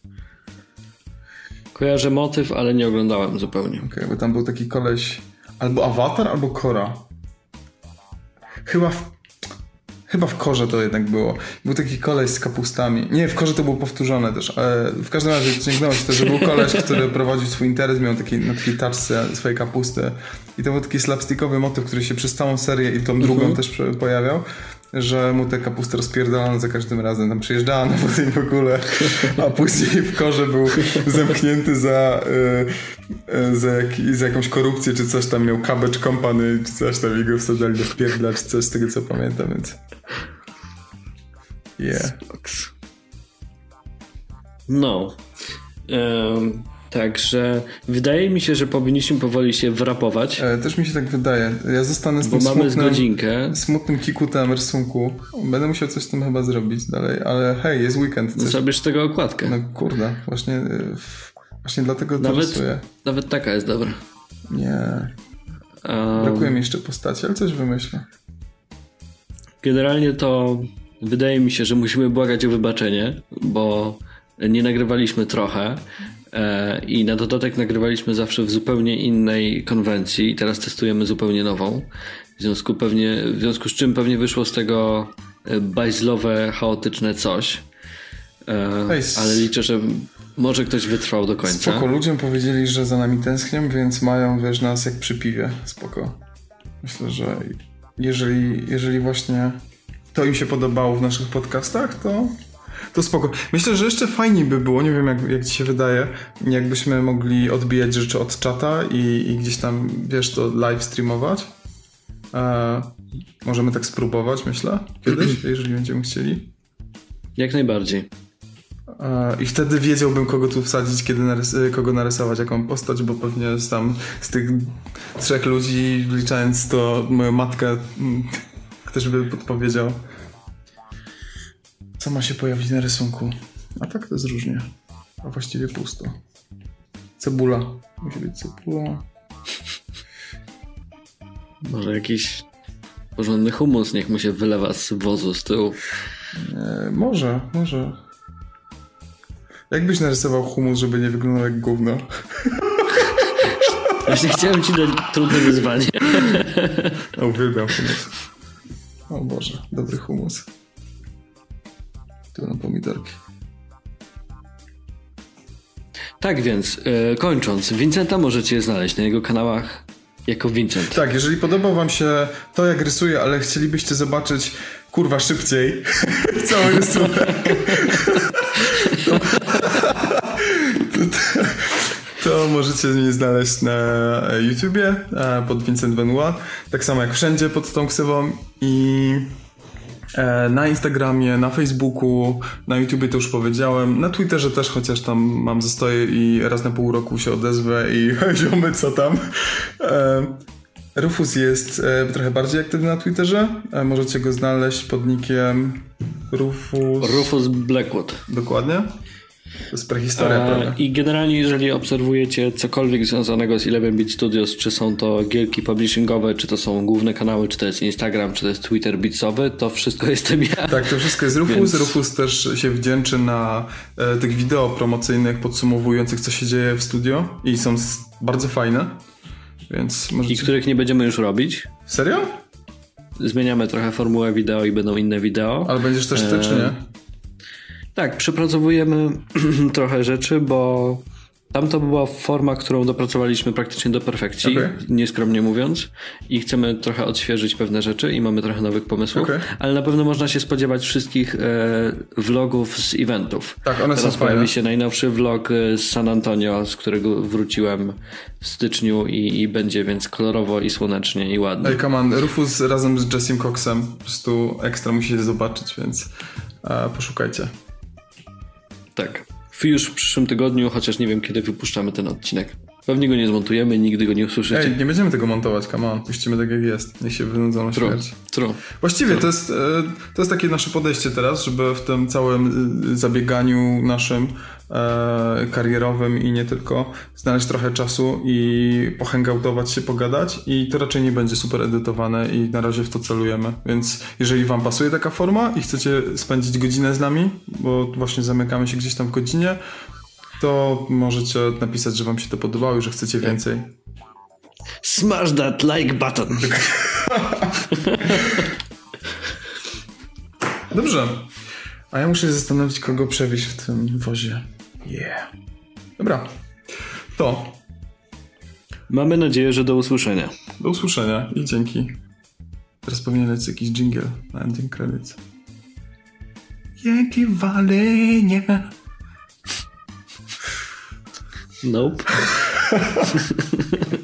Kojarzę motyw, ale nie oglądałem zupełnie. Okej, bo tam był taki koleś albo Avatar, albo Korra. Chyba w Korze to jednak było. Był taki koleś z kapustami. Nie, w Korze to było powtórzone też, ale w każdym razie ciągnęło się to, że był koleś, który prowadził swój interes, miał na takiej taczce swojej kapusty. I to był taki slapstickowy motyw, który się przez całą serię i tą drugą też pojawiał, że mu te kapusty rozpierdalano za każdym razem. Tam przyjeżdżała na wodę w ogóle, a później w Korze był zamknięty za jakąś korupcję, czy coś tam, miał Cabbage Company, czy coś tam, i go wsadzali do wpierdla, czy coś z tego, co pamiętam, więc... No. Także wydaje mi się, że powinniśmy powoli się wrapować. Też mi się tak wydaje. Ja zostanę z tym smutnym kikutem rysunku. Będę musiał coś z tym chyba zrobić dalej, ale hej, jest weekend. No zrobisz z tego okładkę. No kurde, właśnie dlatego to rysuję. Nawet taka jest dobra. Nie. Brakuje mi jeszcze postaci, ale coś wymyślę. Generalnie to wydaje mi się, że musimy błagać o wybaczenie, bo nie nagrywaliśmy trochę. I na dodatek nagrywaliśmy zawsze w zupełnie innej konwencji i teraz testujemy zupełnie nową. W związku z czym pewnie wyszło z tego bajzlowe, chaotyczne coś. Ale liczę, że może ktoś wytrwał do końca. Spoko, ludziom powiedzieli, że za nami tęsknią, więc mają, nas jak przy piwie. Spoko. Myślę, że jeżeli właśnie to im się podobało w naszych podcastach, to spoko. Myślę, że jeszcze fajniej by było, nie wiem jak ci się wydaje, jakbyśmy mogli odbijać rzeczy od czata i gdzieś tam, to live streamować. Możemy tak spróbować, myślę, kiedyś, jeżeli będziemy chcieli. Jak najbardziej. I wtedy wiedziałbym, kogo tu wsadzić, kogo narysować, jaką postać, bo pewnie tam z tych 3 ludzi, liczając to moją matkę, ktoś by podpowiedział, co ma się pojawić na rysunku. A tak to jest różnie. A właściwie pusto. Cebula. Musi być cebula. Może jakiś porządny humus niech mu się wylewa z wozu z tyłu. Może. Jak byś narysował humus, żeby nie wyglądał jak gówno? Właśnie chciałem ci dać trudne wyzwanie. Uwielbiam humus. O Boże, dobry humus. Tu na pomidorki. Tak więc, kończąc, Vincenta możecie znaleźć na jego kanałach jako Vincent. Tak, jeżeli podobał wam się to, jak rysuję, ale chcielibyście zobaczyć szybciej cały rysunek, to możecie mnie znaleźć na YouTubie pod Vincent Benoit, tak samo jak wszędzie pod tą ksywą i na Instagramie, na Facebooku, na YouTubie to już powiedziałem, na Twitterze też, chociaż tam mam zastoje i raz na pół roku się odezwę i ziomy co tam. Rufus jest trochę bardziej aktywny na Twitterze. Możecie go znaleźć pod nickiem Rufus Blackwood. Dokładnie. To jest prehistoria, prawda? I generalnie jeżeli obserwujecie cokolwiek związanego z 11-bit Studios, czy są to gierki publishingowe, czy to są główne kanały, czy to jest Instagram, czy to jest Twitter bitsowy, to wszystko jestem ja. Tak, to wszystko jest Rufus. Więc... Rufus też się wdzięczy na tych wideo promocyjnych podsumowujących, co się dzieje w studio i są bardzo fajne. Więc możecie... I których nie będziemy już robić. Serio? Zmieniamy trochę formułę wideo i będą inne wideo. Ale będziesz też ty, czy nie? Tak, przepracowujemy trochę rzeczy, bo tam to była forma, którą dopracowaliśmy praktycznie do perfekcji, nieskromnie mówiąc, i chcemy trochę odświeżyć pewne rzeczy i mamy trochę nowych pomysłów, ale na pewno można się spodziewać wszystkich vlogów z eventów. Tak, one Teraz są pojawi fajne. się najnowszy vlog z San Antonio, z którego wróciłem w styczniu i będzie więc kolorowo i słonecznie i ładnie. Ej, come on, Rufus razem z Jessim Coxem, po prostu ekstra musicie zobaczyć, więc poszukajcie. Tak. Już w przyszłym tygodniu, chociaż nie wiem, kiedy wypuszczamy ten odcinek. Pewnie go nie zmontujemy, nigdy go nie usłyszycie. Ej, nie będziemy tego montować, come on. Puścimy tak jak jest. Niech się wynudzą na śmierć. Właściwie to jest takie nasze podejście teraz, żeby w tym całym zabieganiu naszym karierowym i nie tylko znaleźć trochę czasu i pohangoutować się, pogadać i to raczej nie będzie super edytowane i na razie w to celujemy. Więc jeżeli wam pasuje taka forma i chcecie spędzić godzinę z nami, bo właśnie zamykamy się gdzieś tam w godzinie, to możecie napisać, że wam się to podobało i że chcecie więcej. Smash that like button. Dobrze. A ja muszę się zastanowić, kogo przewieźć w tym wozie. Yeah. Dobra. To. Mamy nadzieję, że do usłyszenia. Do usłyszenia i dzięki. Teraz powinien lecieć jakiś jingle na ending credits. Dzięki walenie. Nope.